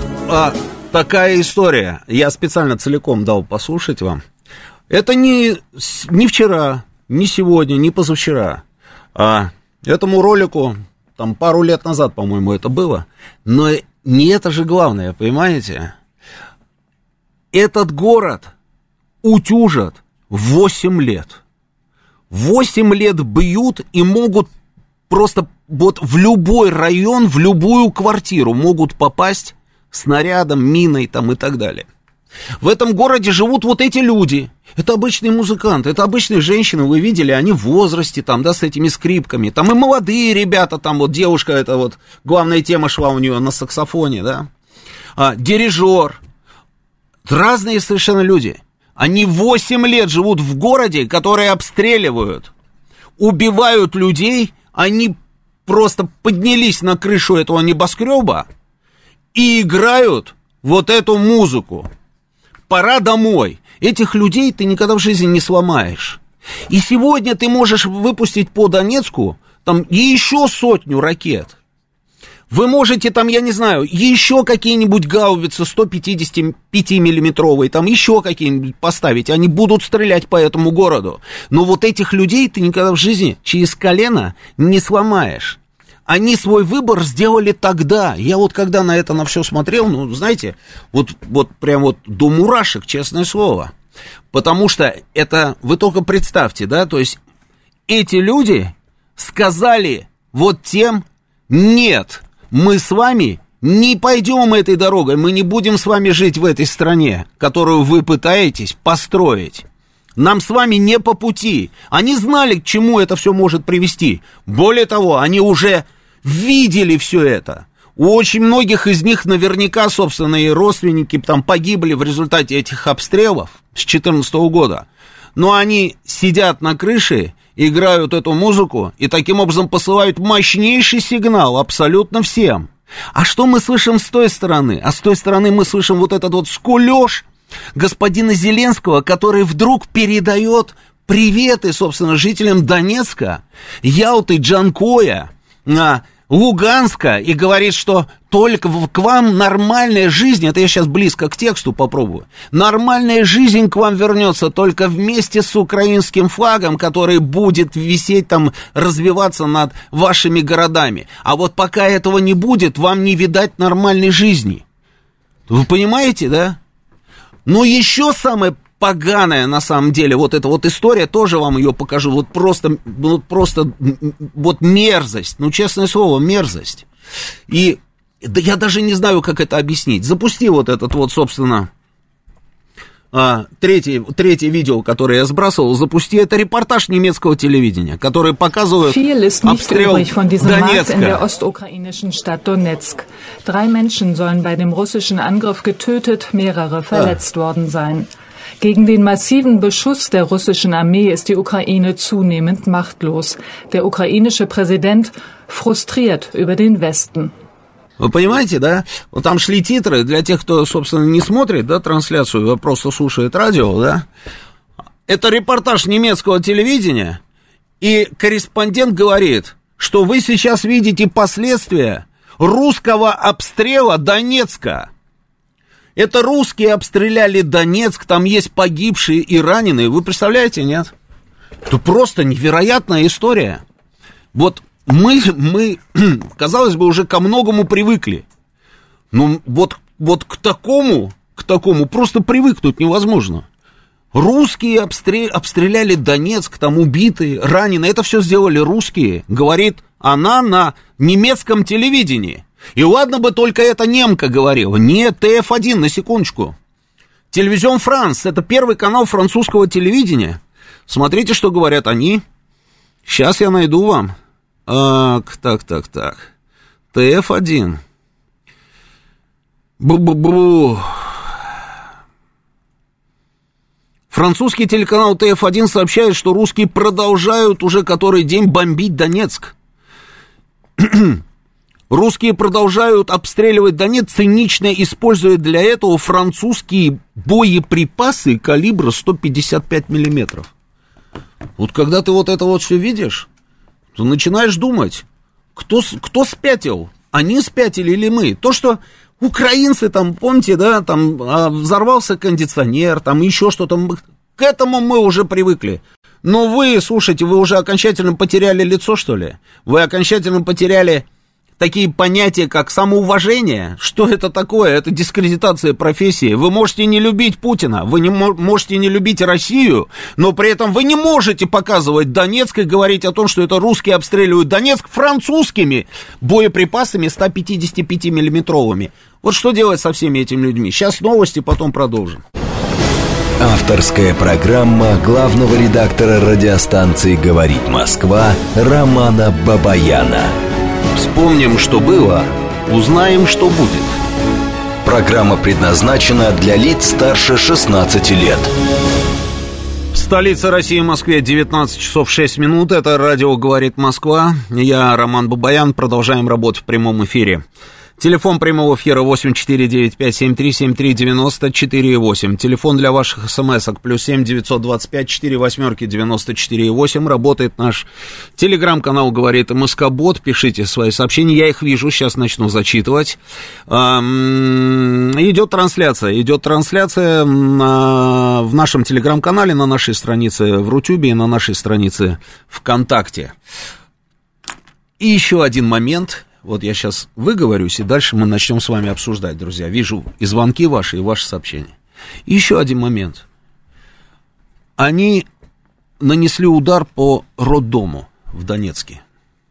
такая история. Я специально целиком дал послушать вам. Это не вчера, не сегодня, не позавчера. Этому ролику там пару лет назад, по-моему, это было. Но не это же главное, понимаете? Этот город утюжат 8 лет. 8 лет бьют и могут просто вот в любой район, в любую квартиру могут попасть снарядом, миной там и так далее. В этом городе живут вот эти люди. Это обычные музыканты, это обычные женщины, вы видели, они в возрасте, там, да, с этими скрипками. Там и молодые ребята, там вот девушка, это вот главная тема шла у нее на саксофоне, да. Дирижер. Разные совершенно люди. Они 8 лет живут в городе, который обстреливают, убивают людей, они просто поднялись на крышу этого небоскреба и играют вот эту музыку. Пора домой. Этих людей ты никогда в жизни не сломаешь. И сегодня ты можешь выпустить по Донецку там еще 100 ракет. Вы можете там, я не знаю, еще какие-нибудь гаубицы 155-миллиметровые, там еще какие-нибудь поставить. Они будут стрелять по этому городу. Но вот этих людей ты никогда в жизни через колено не сломаешь. Они свой выбор сделали тогда. Я вот когда на это на все смотрел, ну, знаете, вот прям вот до мурашек, честное слово. Потому что это, вы только представьте, да, то есть эти люди сказали вот тем: нет, мы с вами не пойдем этой дорогой, мы не будем с вами жить в этой стране, которую вы пытаетесь построить. Нам с вами не по пути. Они знали, к чему это все может привести. Более того, они уже видели все это. У очень многих из них наверняка, собственно, и родственники там погибли в результате этих обстрелов с 2014 года. Но они сидят на крыше, играют эту музыку и таким образом посылают мощнейший сигнал абсолютно всем. А что мы слышим с той стороны? А с той стороны мы слышим вот этот вот скулёж господина Зеленского, который вдруг передает приветы, собственно, жителям Донецка, Ялты, Джанкоя, Луганска, и говорит, что только к вам нормальная жизнь, это я сейчас близко к тексту попробую, нормальная жизнь к вам вернется только вместе с украинским флагом, который будет висеть там, развиваться над вашими городами. А вот пока этого не будет, вам не видать нормальной жизни. Вы понимаете, да? Но еще самое поганая, на самом деле, вот эта вот история, тоже вам ее покажу, вот просто вот мерзость, ну, честное слово, мерзость. И да я даже не знаю, как это объяснить. Запусти вот этот вот, собственно, третье видео, которое я сбрасывал, запусти, это репортаж немецкого телевидения, который показывает обстрел Донецка. In der ostukrainischen Stadt Donetsk. 3 Menschen sollen bei dem russischen Angriff getötet, mehrere verletzt worden sein. Gegen den massiven Beschuss der russischen Armee ist die Ukraine zunehmend machtlos. Der ukrainische Präsident frustriert über den Westen. Вы понимаете, да? Вот там шли титры для тех, кто, собственно, не смотрит, да, трансляцию, а просто слушает радио, да? Это репортаж немецкого телевидения, и корреспондент говорит, что вы сейчас видите последствия русского обстрела Донецка. Это русские обстреляли Донецк, там есть погибшие и раненые. Вы представляете, нет? Это просто невероятная история. Вот мы, казалось бы, уже ко многому привыкли. Но вот к такому просто привыкнуть невозможно. Русские обстреляли Донецк, там убитые, раненые. Это все сделали русские, говорит она на немецком телевидении. И ладно бы только эта немка говорила. Нет, ТФ1, на секундочку. Телевизион Франс, это первый канал французского телевидения. Смотрите, что говорят они. Сейчас я найду вам. Так. ТФ1. Бу-бу-бу. Французский телеканал ТФ1 сообщает, что русские продолжают уже который день бомбить Донецк. Русские продолжают обстреливать Донецк, цинично используя для этого французские боеприпасы калибра 155 миллиметров. Вот когда ты вот это вот все видишь, то начинаешь думать, кто спятил? Они спятили или мы? То, что украинцы там, помните, да, там взорвался кондиционер, там еще что-то, к этому мы уже привыкли. Но вы, слушайте, вы уже окончательно потеряли лицо, что ли? Вы окончательно потеряли такие понятия, как самоуважение. Что это такое? Это дискредитация профессии. Вы можете не любить Путина, вы не можете не любить Россию, но при этом вы не можете показывать Донецк и говорить о том, что это русские обстреливают Донецк французскими боеприпасами 155-миллиметровыми. Вот что делать со всеми этими людьми? Сейчас новости, потом продолжим. Авторская программа главного редактора радиостанции «Говорит Москва» Романа Бабаяна. Вспомним, что было, узнаем, что будет. Программа предназначена для лиц старше 16 лет. В столице России, Москве, 19 часов 6 минут. Это радио «Говорит Москва». Я, Роман Бабаян. Продолжаем работать в прямом эфире. Телефон прямого эфира 8495-7373-94,8. Телефон для ваших смс-ок +7 925 4 94,8. Работает наш телеграм-канал «Говорит МСК-бот». Пишите свои сообщения, я их вижу, сейчас начну зачитывать. Идет трансляция в нашем телеграм-канале, на нашей странице в Рутюбе и на нашей странице ВКонтакте. И еще один момент. Вот я сейчас выговорюсь, и дальше мы начнем с вами обсуждать, друзья. Вижу и звонки ваши, и ваши сообщения. И еще один момент. Они нанесли удар по роддому в Донецке.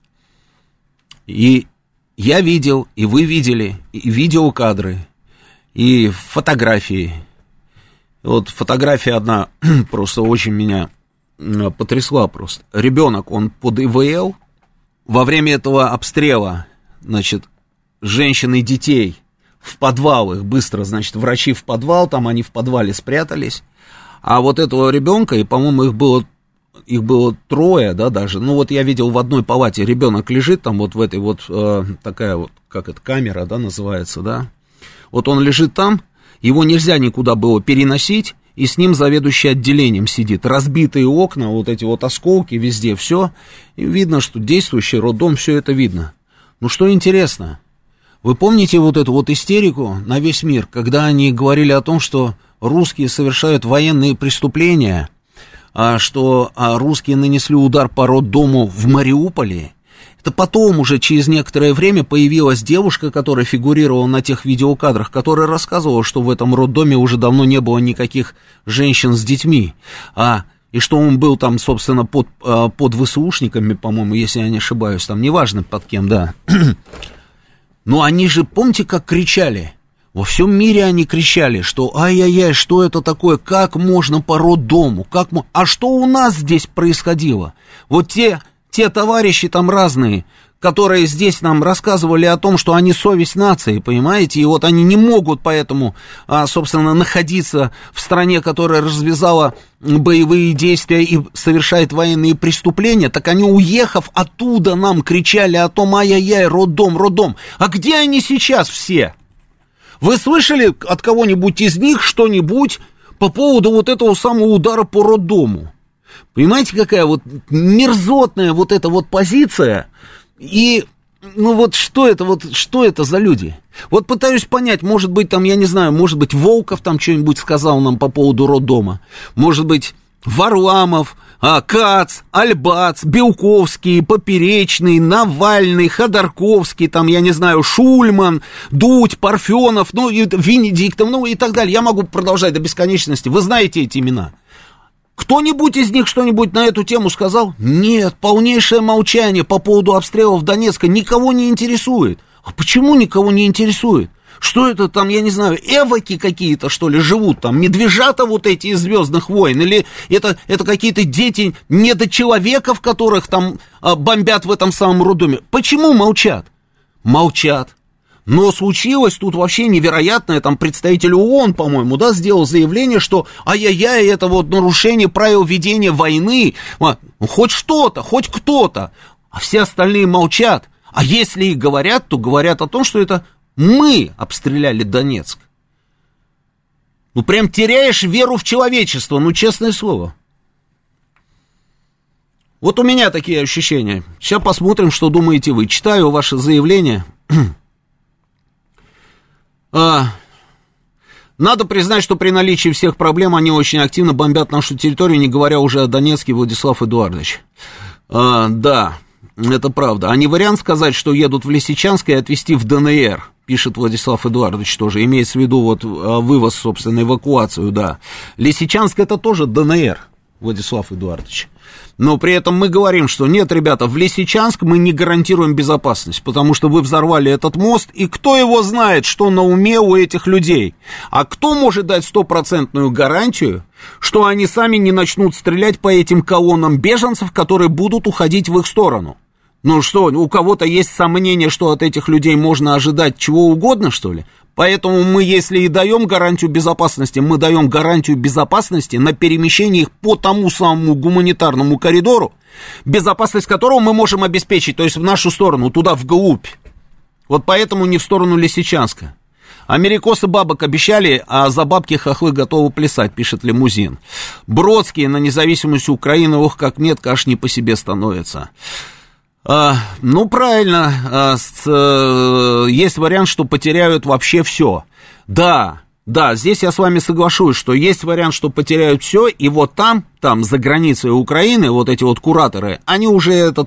И я видел, и вы видели, и видеокадры, и фотографии. Вот фотография одна просто очень меня потрясла просто. Ребенок, он под ИВЛ. Во время этого обстрела, значит, женщин и детей в подвал, их быстро, значит, врачи в подвал, там они в подвале спрятались, а вот этого ребенка, и, по-моему, их было трое, да, даже, ну, вот я видел в одной палате, ребенок лежит там вот в этой вот, такая вот, как это, камера, да, называется, да, вот он лежит там, его нельзя никуда было переносить, и с ним заведующий отделением сидит. Разбитые окна, вот эти вот осколки везде, все. И видно, что действующий роддом, все это видно. Ну, что интересно, вы помните вот эту вот истерику на весь мир, когда они говорили о том, что русские совершают военные преступления, что русские нанесли удар по роддому в Мариуполе? Это потом уже через некоторое время появилась девушка, которая фигурировала на тех видеокадрах, которая рассказывала, что в этом роддоме уже давно не было никаких женщин с детьми, и что он был там, собственно, под ВСУшниками, по-моему, если я не ошибаюсь, там, неважно под кем, да. Но они же, помните, как кричали? Во всем мире они кричали, что ай-яй-яй, что это такое, как можно по роддому, а что у нас здесь происходило? Вот те товарищи там разные, которые здесь нам рассказывали о том, что они совесть нации, понимаете, и вот они не могут поэтому, собственно, находиться в стране, которая развязала боевые действия и совершает военные преступления, так они, уехав оттуда, нам кричали о том, ай-яй-яй, роддом. А где они сейчас все? Вы слышали от кого-нибудь из них что-нибудь по поводу вот этого самого удара по роддому? Понимаете, какая вот мерзотная вот эта вот позиция, и, ну вот что это за люди? Вот пытаюсь понять, может быть, там, я не знаю, может быть, Волков там что-нибудь сказал нам по поводу роддома, может быть, Варламов, Кац, Альбац, Белковский, Поперечный, Навальный, Ходорковский, там, я не знаю, Шульман, Дудь, Парфенов, ну, и Венедиктов, ну, и так далее. Я могу продолжать до бесконечности, вы знаете эти имена. Кто-нибудь из них что-нибудь на эту тему сказал? Нет, полнейшее молчание по поводу обстрелов Донецка никого не интересует. А почему никого не интересует? Что это там, я не знаю, эвоки какие-то, что ли, живут там, медвежата вот эти из «Звездных войн», или это какие-то дети недочеловеков, которых там бомбят в этом самом роддоме? Почему молчат? Молчат. Но случилось тут вообще невероятное, там представитель ООН, по-моему, да, сделал заявление, что ай-яй-яй, это вот нарушение правил ведения войны, хоть что-то, хоть кто-то, а все остальные молчат. А если и говорят, то говорят о том, что это мы обстреляли Донецк. Ну, прям теряешь веру в человечество, ну, честное слово. Вот у меня такие ощущения. Сейчас посмотрим, что думаете вы. Читаю ваше заявление. Надо признать, что при наличии всех проблем они очень активно бомбят нашу территорию, не говоря уже о Донецке, Владислав Эдуардович. Да, Это правда. А не вариант сказать, что едут в Лисичанск и отвезти в ДНР, пишет Владислав Эдуардович тоже. Имеется в виду вот вывоз, собственно, эвакуацию, да. Лисичанск это тоже ДНР, Владислав Эдуардович. Но при этом мы говорим, что нет, ребята, в Лисичанск мы не гарантируем безопасность, потому что вы взорвали этот мост, и кто его знает, что на уме у этих людей. А кто может дать 100% гарантию, что они сами не начнут стрелять по этим колоннам беженцев, которые будут уходить в их сторону? Ну что, у кого-то есть сомнение, что от этих людей можно ожидать чего угодно, что ли? Поэтому мы, если и даем гарантию безопасности, мы даем гарантию безопасности на перемещение их по тому самому гуманитарному коридору, безопасность которого мы можем обеспечить, то есть в нашу сторону, туда вглубь. Вот поэтому не в сторону Лисичанска. Америкосы бабок обещали, а за бабки хохлы готовы плясать, пишет Лимузин. Бродский на независимость Украины, ох, как метко, аж не по себе становится. Ну, правильно, есть вариант, что потеряют вообще все. Да, здесь я с вами соглашусь, что есть вариант, что потеряют все, и вот там за границей Украины, вот эти вот кураторы, они уже эту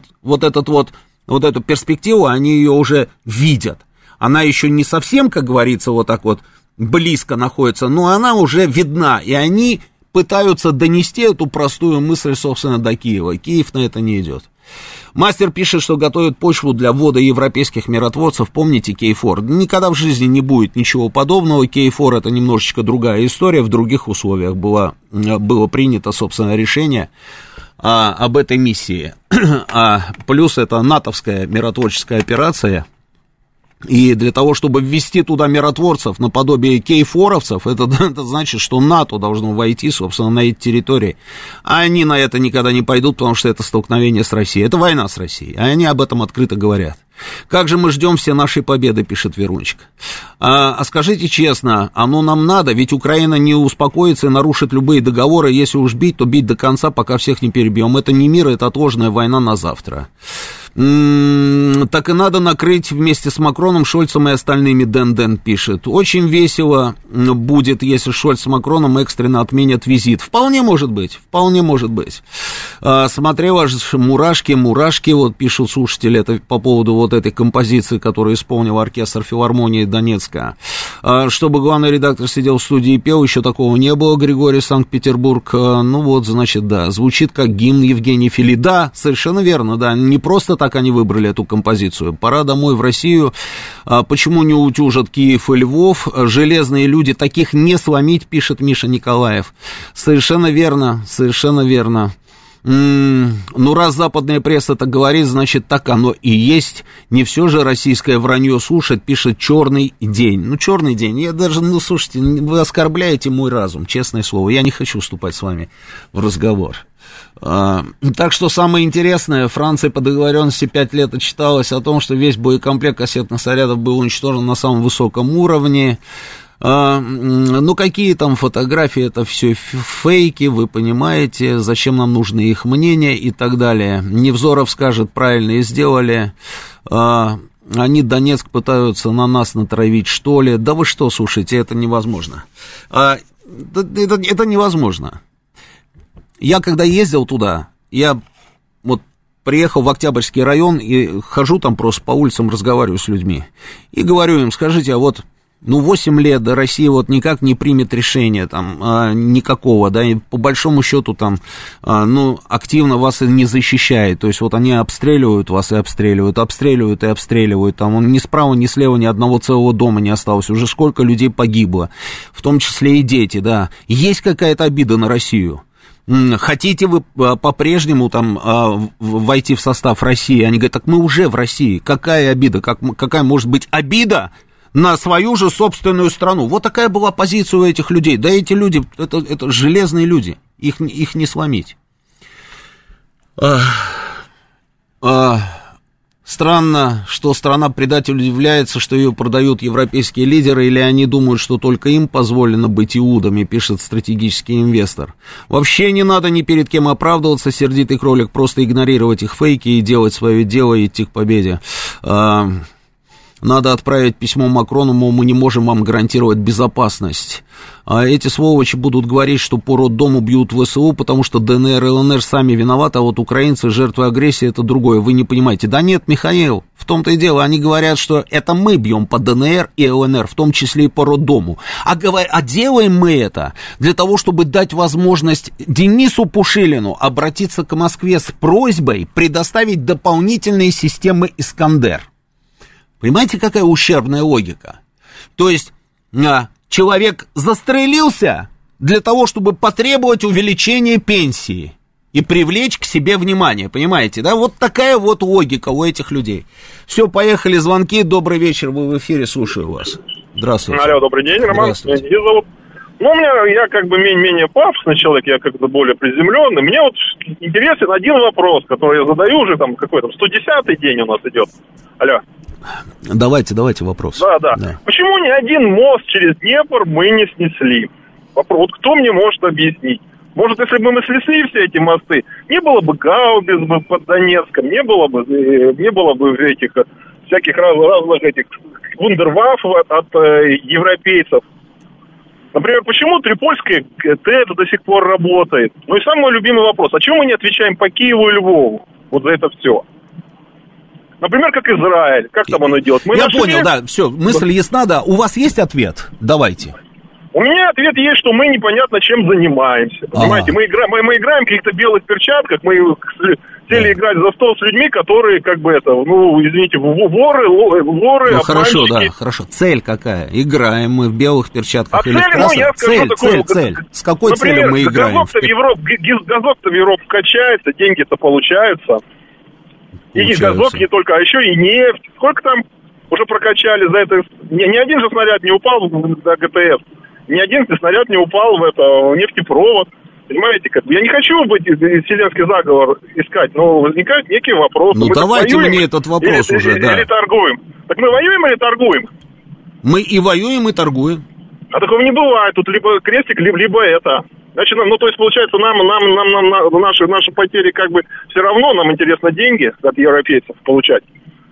перспективу, они ее уже видят. Она еще не совсем, как говорится, вот так вот близко находится, но она уже видна, и они пытаются донести эту простую мысль, собственно, до Киева. Киев на это не идет. Мастер пишет, что готовит почву для ввода европейских миротворцев. Помните Кейфор? Никогда в жизни не будет ничего подобного. Кейфор — это немножечко другая история. В других условиях было принято, собственно, решение об этой миссии. Плюс это натовская миротворческая операция. И для того, чтобы ввести туда миротворцев наподобие кейфоровцев, это значит, что НАТО должно войти, собственно, на эти территории. А они на это никогда не пойдут, потому что это столкновение с Россией. Это война с Россией, а они об этом открыто говорят. Как же мы ждем все нашей победы, пишет Верунчик. А скажите честно, оно нам надо, ведь Украина не успокоится и нарушит любые договоры. Если уж бить, то бить до конца, пока всех не перебьем. Это не мир, это отложенная война на завтра. Так и надо накрыть вместе с Макроном, Шольцем и остальными, Дэн пишет. Очень весело будет, если Шольц с Макроном экстренно отменят визит. Вполне может быть. Смотрел аж мурашки, вот пишут слушатели, это по поводу вот этой композиции, которую исполнил оркестр филармонии Донецка. Чтобы главный редактор сидел в студии и пел, еще такого не было, Григорий, Санкт-Петербург. Ну вот, значит, да, звучит как гимн Евгений Фили. Да, совершенно верно, да, не просто так они выбрали эту композицию. Пора домой в Россию. Почему не утюжат Киев и Львов? Железные люди, таких не сломить, пишет Миша Николаев. Совершенно верно. Ну, раз западная пресса так говорит, значит, так оно и есть. Не все же российское вранье слушать, пишет «Черный день». Ну, «Черный день», я даже, слушайте, вы оскорбляете мой разум, честное слово. Я не хочу вступать с вами в разговор. Так что самое интересное, Франция по договоренности 5 лет отчиталась о том, что весь боекомплект кассетных снарядов был уничтожен на самом высоком уровне. Ну, какие там фотографии, это все фейки, вы понимаете, зачем нам нужны их мнения и так далее. Невзоров скажет, правильно и сделали. Они Донецк пытаются на нас натравить, что ли. Да вы что, слушайте, это невозможно. Это невозможно. Я когда ездил туда, я вот приехал в Октябрьский район и хожу там просто по улицам, разговариваю с людьми. И говорю им, скажите, а вот, 8 лет, да, Россия вот никак не примет решения там никакого, да, и по большому счету там, активно вас и не защищает. То есть вот они обстреливают вас и обстреливают, там ни справа, ни слева ни одного целого дома не осталось. Уже сколько людей погибло, в том числе и дети, да. Есть какая-то обида на Россию? Хотите вы по-прежнему там войти в состав России? Они говорят, так мы уже в России. Какая обида? Какая может быть обида на свою же собственную страну? Вот такая была позиция у этих людей. Да эти люди, это железные люди. Их не сломить. Странно, что страна-предатель удивляется, что ее продают европейские лидеры, или они думают, что только им позволено быть иудами, пишет стратегический инвестор. Вообще не надо ни перед кем оправдываться, сердитый кролик, просто игнорировать их фейки и делать свое дело и идти к победе. Надо отправить письмо Макрону, мол, мы не можем вам гарантировать безопасность. А эти сволочи будут говорить, что по роддому бьют ВСУ, потому что ДНР и ЛНР сами виноваты, а вот украинцы, жертвы агрессии, это другое. Вы не понимаете. Да нет, Михаил, в том-то и дело. Они говорят, что это мы бьем по ДНР и ЛНР, в том числе и по роддому. А делаем мы это для того, чтобы дать возможность Денису Пушилину обратиться к Москве с просьбой предоставить дополнительные системы «Искандер». Понимаете, какая ущербная логика? То есть человек застрелился для того, чтобы потребовать увеличения пенсии и привлечь к себе внимание, понимаете, да? Вот такая вот логика у этих людей. Все, поехали, звонки, добрый вечер, вы в эфире, слушаю вас. Здравствуйте. Алло, добрый день, Роман, меня зовут. Я как бы менее пафосный человек, я как-то более приземленный. Мне вот интересен один вопрос, который я задаю уже, там, какой-то 110-й день у нас идет. Алло. Давайте вопрос. Да. Почему ни один мост через Днепр мы не снесли? Вопрос, вот кто мне может объяснить? Может, если бы мы снесли все эти мосты, не было бы гаубиц бы под Донецком, не было бы этих всяких разных этих вундервафф от европейцев. Например, почему Трипольская ТЭТ до сих пор работает? Ну и самый любимый вопрос, а чему мы не отвечаем по Киеву и Львову? Вот за это все. Например, как Израиль. Как там оно делает? Я понял, да, все, мысль ясна, да. У вас есть ответ? Давайте. У меня ответ есть, что мы непонятно чем занимаемся. Понимаете, мы играем в каких-то белых перчатках, мы сели играть за стол с людьми, которые, извините, воры, хорошо, да, хорошо. Цель какая? Играем мы в белых перчатках или в красных? Цель. С какой целью мы играем? Газок-то в Европу качается, деньги-то получаются. И газок не только, а еще и нефть. Сколько там уже прокачали за это? Ни один же снаряд не упал на ГТС. Ни один снаряд не упал в нефтепровод. Понимаете, я не хочу быть вселенский заговор искать, но возникают некие вопросы. Ну, давайте мне этот вопрос уже, да. Или торгуем. Так мы воюем или торгуем? Мы и воюем, и торгуем. А такого не бывает. Тут либо крестик, либо это. Значит, то есть, получается, нам наши потери как бы все равно, нам интересно деньги от европейцев получать.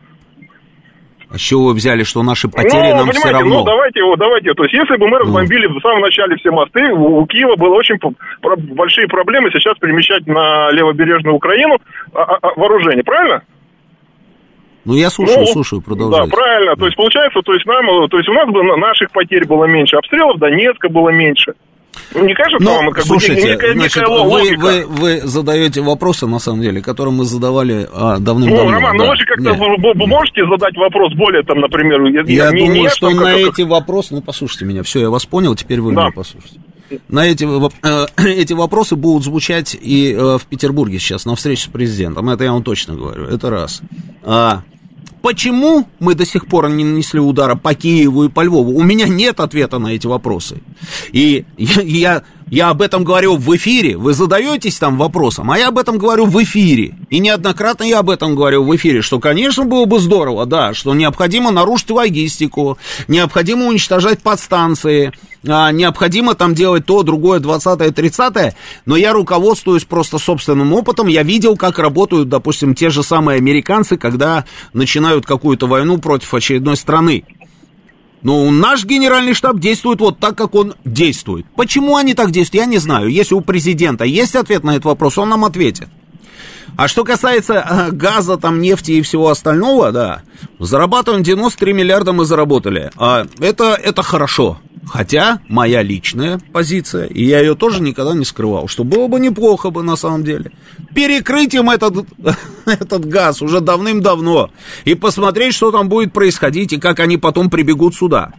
А с чего вы взяли, что наши потери нам все равно? Давайте. То есть, если бы мы разбомбили в самом начале все мосты, у Киева было очень большие проблемы сейчас перемещать на левобережную Украину вооружение, правильно? Ну, я слушаю, продолжайте. Да, правильно. То есть, получается, у нас бы наших потерь было меньше, обстрелов Донецка было меньше. Не кажется вам, слушайте, значит, вы задаете вопросы, на самом деле, которые мы задавали давным-давно. Роман, вы же как-то вы можете задать вопрос более, например... Я думаю, что на эти вопросы... послушайте меня, все, я вас понял, теперь вы меня послушайте. На эти вопросы будут звучать и в Петербурге сейчас, на встрече с президентом, это я вам точно говорю, это раз. Почему мы до сих пор не нанесли удара по Киеву и по Львову? У меня нет ответа на эти вопросы. И я об этом говорю в эфире. Вы задаетесь там вопросом, а я об этом говорю в эфире. И неоднократно я об этом говорю в эфире, что, конечно, было бы здорово, да, что необходимо нарушить логистику, необходимо уничтожать подстанции, необходимо там делать то, другое, 20-е, 30-е, но я руководствуюсь просто собственным опытом, я видел, как работают, допустим, те же самые американцы, когда начинают какую-то войну против очередной страны. Но наш генеральный штаб действует вот так, как он действует. Почему они так действуют, я не знаю. Если у президента есть ответ на этот вопрос, он нам ответит. А что касается газа, там, нефти и всего остального, да, зарабатываем 93 миллиарда мы заработали. Это хорошо. Хотя моя личная позиция, и я ее тоже никогда не скрывал, что было бы неплохо бы на самом деле перекрыть им этот газ уже давным-давно и посмотреть, что там будет происходить и как они потом прибегут сюда.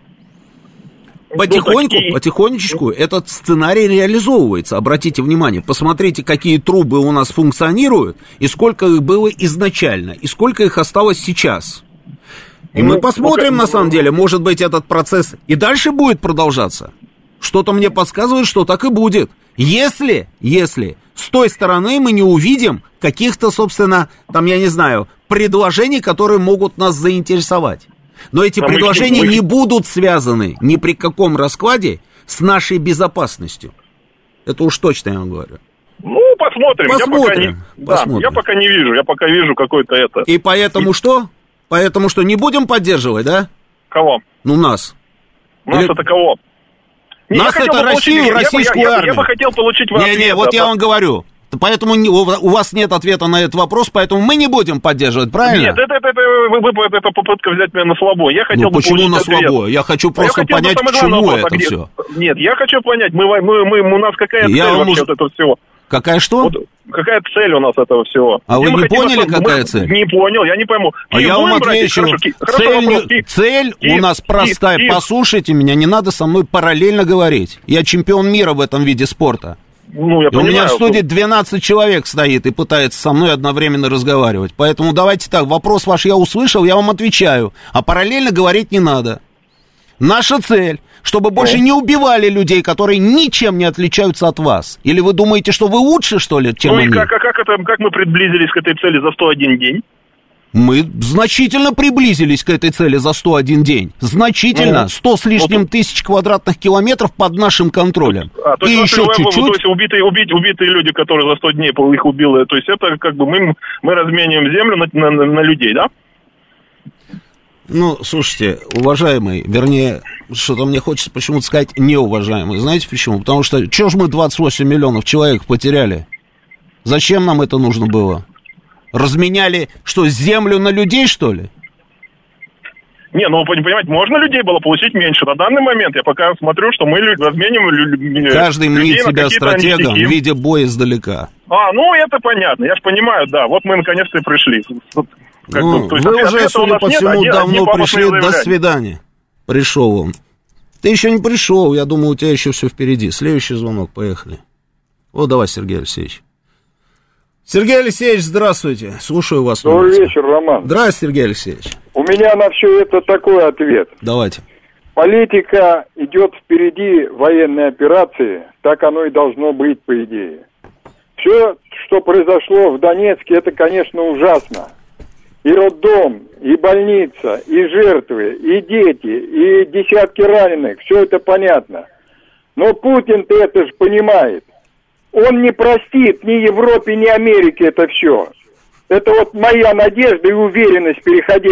Потихонечку этот сценарий реализовывается. Обратите внимание, посмотрите, какие трубы у нас функционируют, и сколько их было изначально, и сколько их осталось сейчас. И мы посмотрим, на самом деле, может быть, этот процесс и дальше будет продолжаться. Что-то мне подсказывает, что так и будет. Если с той стороны мы не увидим каких-то, собственно, там, я не знаю, предложений, которые могут нас заинтересовать. Но эти предложения не будут связаны ни при каком раскладе с нашей безопасностью. Это уж точно я вам говорю. Посмотрим. Я пока не вижу, какой-то это. И поэтому что? Поэтому что, не будем поддерживать, да? Кого? Ну, нас. Нас это кого? Нас это Россию, российскую армию. Я бы хотел получить вас. Не, вот я вам говорю. Поэтому у вас нет ответа на этот вопрос, поэтому мы не будем поддерживать, правильно? Нет, это попытка взять меня на слабо. Я хотел бы почему на слабо? Я хочу просто понять, к чему это все. Нет, я хочу понять, у нас какая цель вообще от этого всего? Какая что? Вот, какая цель у нас этого всего? А вы не поняли, какая цель? Не понял, я не пойму. А я вам отвечу. Цель у нас простая. Послушайте меня, не надо со мной параллельно говорить. Я чемпион мира в этом виде спорта. Ну, я понимаю. У меня в студии 12 человек стоит и пытается со мной одновременно разговаривать. Поэтому давайте так, вопрос ваш я услышал, я вам отвечаю. А параллельно говорить не надо. Наша цель, чтобы больше не убивали людей, которые ничем не отличаются от вас. Или вы думаете, что вы лучше, что ли, чем они? Ну и как мы приблизились к этой цели за 101 день? Мы значительно приблизились к этой цели за 101 день. Значительно. 100 с лишним тысяч квадратных километров под нашим контролем. То есть, еще чуть-чуть. То есть убитые люди, которые за 100 дней их убили, то есть это как бы мы размениваем землю на людей, да? Ну, слушайте, уважаемый, вернее, что-то мне хочется почему-то сказать неуважаемый. Знаете почему? Потому что, чего ж мы 28 миллионов человек потеряли? Зачем нам это нужно было? Разменяли, что, землю на людей, что ли? Не, ну, понимаете, можно людей было получить меньше. На данный момент я пока смотрю, что мы размениваем каждый мнит себя стратегом в виде боя издалека. Ну, это понятно, я же понимаю, да. Вот мы наконец-то и пришли. Вы уже, судя по всему, давно пришли. До свидания. Пришел он. Ты еще не пришел, я думаю, у тебя еще все впереди. Следующий звонок, поехали. Вот, давай, Сергей Алексеевич. Сергей Алексеевич, здравствуйте. Слушаю вас. Добрый вечер, Роман. Здравствуйте, Сергей Алексеевич. У меня на все это такой ответ. Давайте. Политика идет впереди военной операции, так оно и должно быть, по идее. Все, что произошло в Донецке, это, конечно, ужасно. И роддом, и больница, и жертвы, и дети, и десятки раненых, все это понятно. Но Путин-то это же понимает. Он не простит ни Европе, ни Америке это все. Это вот моя надежда и уверенность,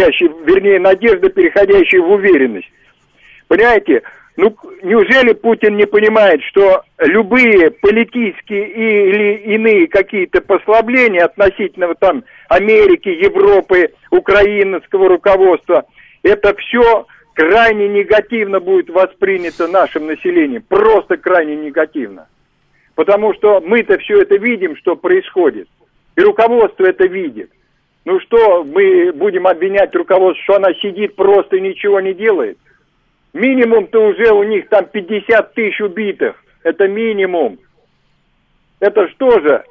надежда, переходящая в уверенность. Понимаете, ну неужели Путин не понимает, что любые политические или иные какие-то послабления относительно там Америки, Европы, украинского руководства, это все крайне негативно будет воспринято нашим населением, просто крайне негативно. Потому что мы-то все это видим, что происходит. И руководство это видит. Ну что, мы будем обвинять руководство, что она сидит просто и ничего не делает? Минимум-то уже у них там 50 тысяч убитых. Это минимум. Это что же?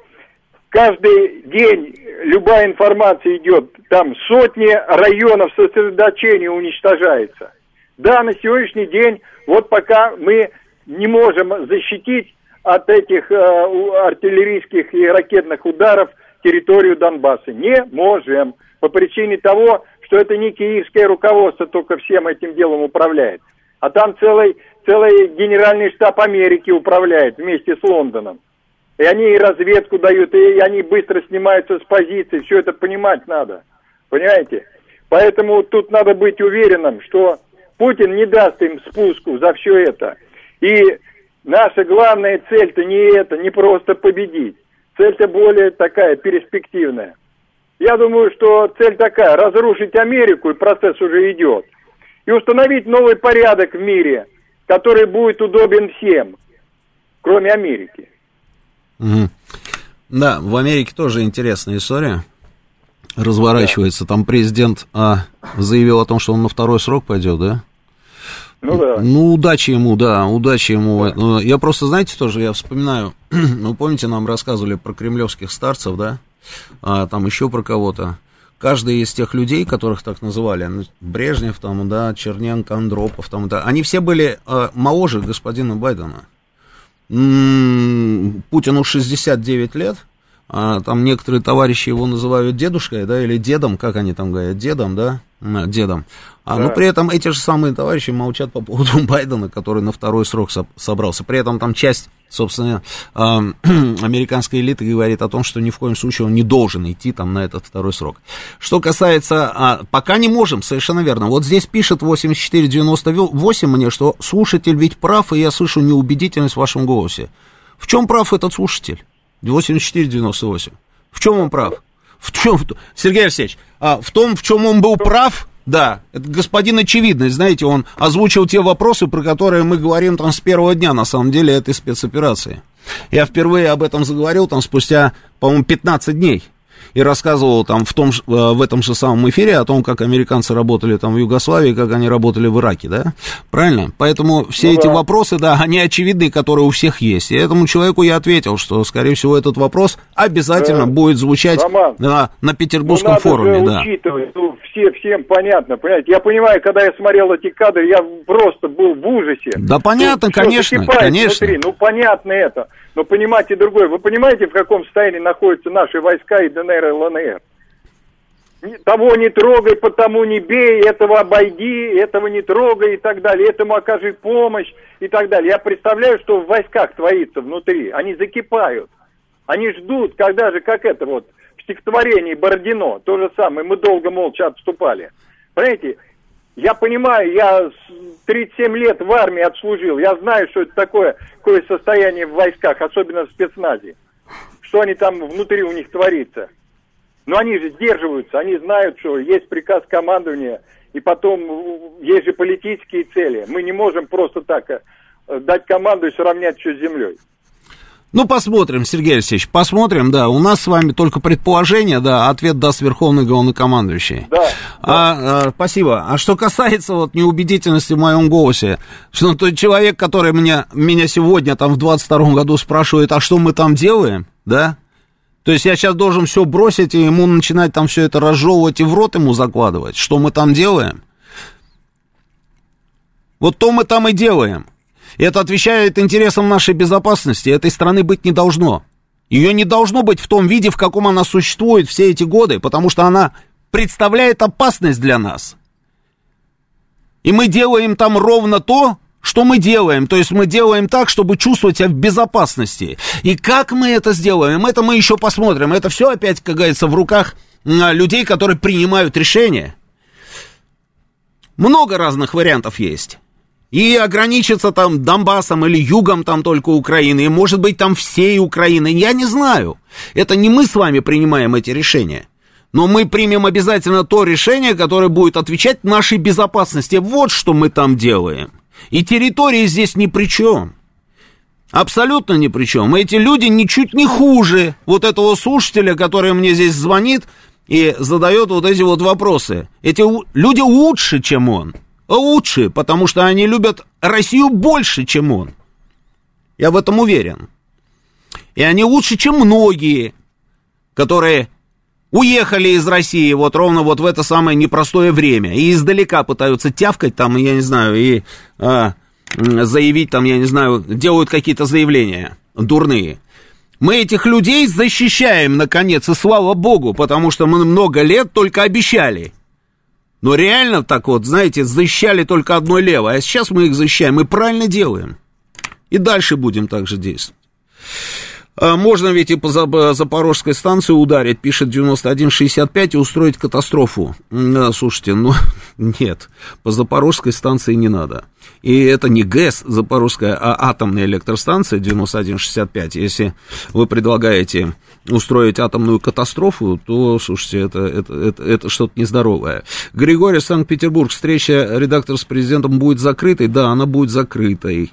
Каждый день любая информация идет. Там сотни районов сосредоточения уничтожается. Да, на сегодняшний день, вот пока мы не можем защитить от этих артиллерийских и ракетных ударов территорию Донбасса. Не можем. По причине того, что это не киевское руководство только всем этим делом управляет. А там целый генеральный штаб Америки управляет вместе с Лондоном. И они и разведку дают, и они быстро снимаются с позиций. Все это понимать надо. Понимаете? Поэтому тут надо быть уверенным, что Путин не даст им спуску за все это. И наша главная цель-то не просто победить. Цель-то более такая перспективная. Я думаю, что цель такая: разрушить Америку, и процесс уже идет. И установить новый порядок в мире, который будет удобен всем, кроме Америки. Угу. Да, в Америке тоже интересная история разворачивается. Да. Там президент заявил о том, что он на второй срок пойдет, да? Ну да. Ну, удачи ему, да, удачи ему. Да. Я просто, знаете, тоже, я вспоминаю, ну, помните, нам рассказывали про кремлевских старцев, да, там еще про кого-то. Каждый из тех людей, которых так называли, Брежнев, там, да, Черненко, Андропов, там, да, они все были моложе господина Байдена. Путину 69 лет, там некоторые товарищи его называют дедушкой, да, или дедом, как они там говорят, дедом, да, дедом. Но при этом эти же самые товарищи молчат по поводу Байдена, который на второй срок собрался. При этом там часть, собственно, американской элиты говорит о том, что ни в коем случае он не должен идти там на этот второй срок. Что касается, пока не можем, совершенно верно. Вот здесь пишет 8498 мне, что слушатель ведь прав, и я слышу неубедительность в вашем голосе. В чем прав этот слушатель? 8498. В чем он прав? В чем? Сергей Алексеевич, в том, в чем он был прав, да, это господин очевидность, знаете, он озвучил те вопросы, про которые мы говорим там с первого дня, на самом деле, этой спецоперации. Я впервые об этом заговорил там спустя, по-моему, 15 дней. И рассказывал там в этом же самом эфире о том, как американцы работали там в Югославии, как они работали в Ираке, да? Правильно? Поэтому все эти вопросы, да, они очевидные, которые у всех есть. И этому человеку я ответил, что, скорее всего, этот вопрос обязательно будет звучать на Петербургском форуме. Надо же учитывать, всем понятно, понимаете? Я понимаю, когда я смотрел эти кадры, я просто был в ужасе. Да понятно, конечно, конечно. Внутри. Ну, понятно это. Но понимаете другое. Вы понимаете, в каком состоянии находятся наши войска и ДНР, и ЛНР? Того не трогай, потому не бей, этого обойди, этого не трогай и так далее, этому окажи помощь и так далее. Я представляю, что в войсках творится внутри. Они закипают. Они ждут, когда же, как это вот, в стихотворении Бородино, то же самое, мы долго молча отступали. Понимаете, я понимаю, я 37 лет в армии отслужил, я знаю, что это такое, какое состояние в войсках, особенно в спецназе, что они там внутри у них творится. Но они же сдерживаются, они знают, что есть приказ командования, и потом есть же политические цели. Мы не можем просто так дать команду и сравнять все с землей. Ну, посмотрим, Сергей Алексеевич, посмотрим, да, у нас с вами только предположение, да, ответ даст Верховный Главнокомандующий. Да. Спасибо. А что касается вот неубедительности в моем голосе, что тот человек, который меня сегодня там в 22-м году спрашивает, а что мы там делаем, да, то есть я сейчас должен все бросить и ему начинать там все это разжевывать и в рот ему закладывать, что мы там делаем? Вот то мы там и делаем. И это отвечает интересам нашей безопасности. Этой страны быть не должно. Ее не должно быть в том виде, в каком она существует все эти годы, потому что она представляет опасность для нас. И мы делаем там ровно то, что мы делаем. То есть мы делаем так, чтобы чувствовать себя в безопасности. И как мы это сделаем, это мы еще посмотрим. Это все опять, как говорится, в руках людей, которые принимают решения. Много разных вариантов есть. И ограничиться там Донбассом или югом там только Украины, и может быть там всей Украины, я не знаю. Это не мы с вами принимаем эти решения. Но мы примем обязательно то решение, которое будет отвечать нашей безопасности. Вот что мы там делаем. И территории здесь ни при чем. Абсолютно ни при чем. Эти люди ничуть не хуже вот этого слушателя, который мне здесь звонит и задает вот эти вот вопросы. Эти люди лучше, чем он. Лучше, потому что они любят Россию больше, чем он. Я в этом уверен. И они лучше, чем многие, которые уехали из России вот ровно вот в это самое непростое время. И издалека пытаются тявкать там, я не знаю, и заявить там, я не знаю, делают какие-то заявления дурные. Мы этих людей защищаем, наконец, и слава богу, потому что мы много лет только обещали. Но реально так вот, знаете, защищали только одно лево, а сейчас мы их защищаем и правильно делаем. И дальше будем так же действовать. Можно ведь и по Запорожской станции ударить, пишет 9165, и устроить катастрофу. Слушайте, ну нет, по Запорожской станции не надо. И это не ГЭС Запорожская, а атомная электростанция 9165. Если вы предлагаете устроить атомную катастрофу, то, слушайте, это что-то нездоровое. Григорий, Санкт-Петербург, встреча редактора с президентом будет закрытой? Да, она будет закрытой.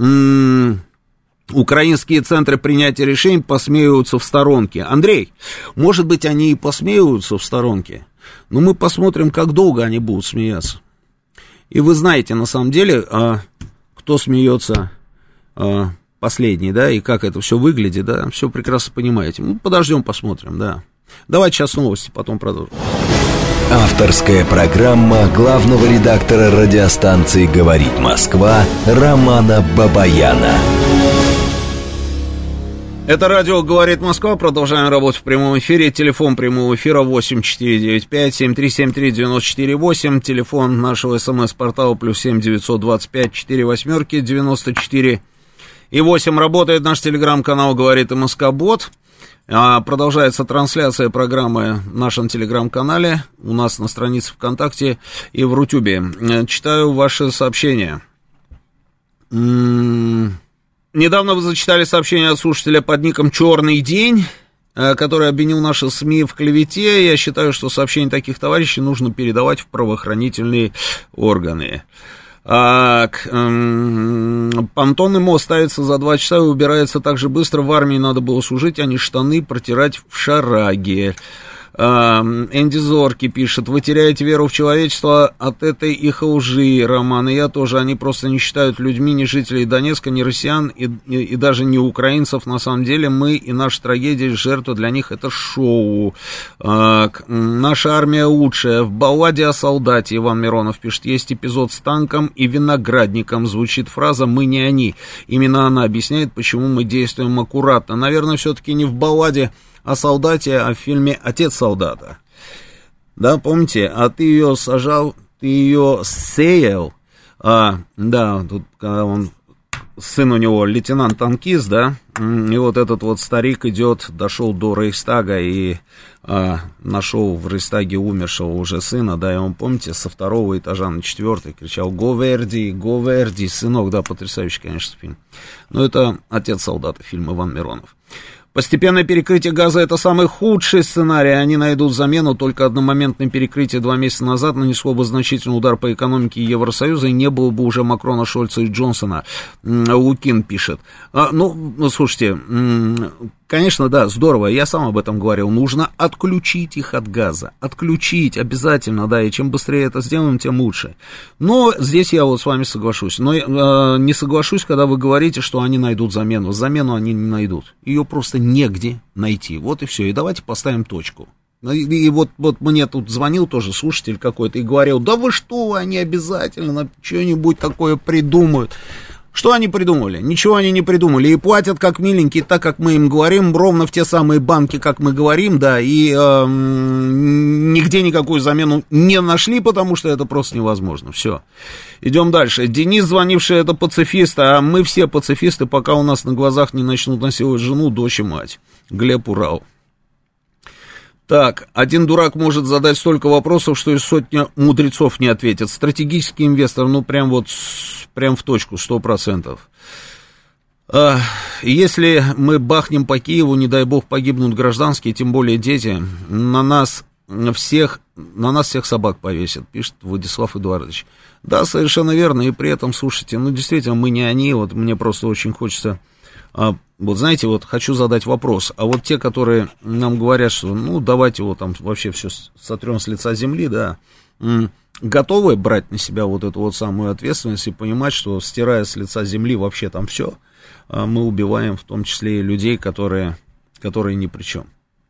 Украинские центры принятия решений посмеиваются в сторонке. Андрей, может быть, они и посмеиваются в сторонке, но мы посмотрим, как долго они будут смеяться. И вы знаете, на самом деле, кто смеется последний, да, и как это все выглядит, да, все прекрасно понимаете. Ну, подождем, посмотрим, да. Давайте сейчас новости, потом продолжим. Авторская программа главного редактора радиостанции «Говорит Москва» Романа Бабаяна. Это радио «Говорит Москва». Продолжаем работу в прямом эфире. Телефон прямого эфира 8495-7373-94-8. Телефон нашего СМС-портала +7 925 48 94 и 8. Работает наш телеграм-канал «Говорит МСК-бот». Продолжается трансляция программы в нашем телеграм-канале. У нас на странице ВКонтакте и в Рутюбе. Читаю ваши сообщения. Недавно вы зачитали сообщение от слушателя под ником «Черный день», который обвинил наши СМИ в клевете. Я считаю, что сообщения таких товарищей нужно передавать в правоохранительные органы. Понтонный мост ставится за 2 часа и убирается так же быстро. В армии надо было служить, а не штаны протирать в шараге. Энди Зорки пишет: вы теряете веру в человечество от этой их лжи, Роман, и я тоже. Они просто не считают людьми ни жителей Донецка, ни россиян, и даже не украинцев. На самом деле мы и наша трагедия, жертва для них — это шоу. Наша армия лучшая. В балладе о солдате, Иван Миронов пишет, есть эпизод с танком и виноградником. Звучит фраза «мы не они». Именно она объясняет, почему мы действуем аккуратно. Наверное, все-таки не в балладе о солдате, а в фильме «Отец солдата». Да, помните? А ты ее сажал, ты ее сеял. Да, тут когда он, сын у него лейтенант-танкист, да, и вот этот вот старик идет, дошел до Рейхстага и нашел в Рейхстаге умершего уже сына, да, и он, помните, со 2-го этажа на 4-й кричал «Говерди, Говерди», сынок, да, потрясающий, конечно, фильм. Но это «Отец солдата», фильм Иван Миронов. Постепенное перекрытие газа — это самый худший сценарий. Они найдут замену. Только одномоментное перекрытие 2 месяца назад нанесло бы значительный удар по экономике Евросоюза, и не было бы уже Макрона, Шольца и Джонсона. Лукин пишет. Слушайте, конечно, да, здорово, я сам об этом говорил. Нужно отключить их от газа. Отключить обязательно, да, и чем быстрее это сделаем, тем лучше. Но здесь я вот с вами соглашусь. Но не соглашусь, когда вы говорите, что они найдут замену. Замену они не найдут. Ее просто негде найти. Вот и все. И давайте поставим точку. И вот мне тут звонил тоже слушатель какой-то и говорил: да вы что, они обязательно что-нибудь такое придумают. Что они придумали? Ничего они не придумали. И платят как миленькие, так как мы им говорим, ровно в те самые банки, как мы говорим, да, и нигде никакую замену не нашли, потому что это просто невозможно. Все. Идем дальше. Денис, звонивший, это пацифист, а мы все пацифисты, пока у нас на глазах не начнут насиловать жену, дочь и мать. Глеб, Урал. Так, один дурак может задать столько вопросов, что и сотня мудрецов не ответят. Стратегический инвестор, прям в точку, 100%. Если мы бахнем по Киеву, не дай бог погибнут гражданские, тем более дети, на нас всех собак повесят, пишет Владислав Эдуардович. Да, совершенно верно, и при этом, слушайте, действительно, мы не они, вот мне просто очень хочется... Вот знаете, вот хочу задать вопрос, а вот те, которые нам говорят, что давайте вот там вообще все сотрем с лица земли, да, готовы брать на себя вот эту вот самую ответственность и понимать, что стирая с лица земли вообще там все, мы убиваем в том числе и людей, которые ни при чем.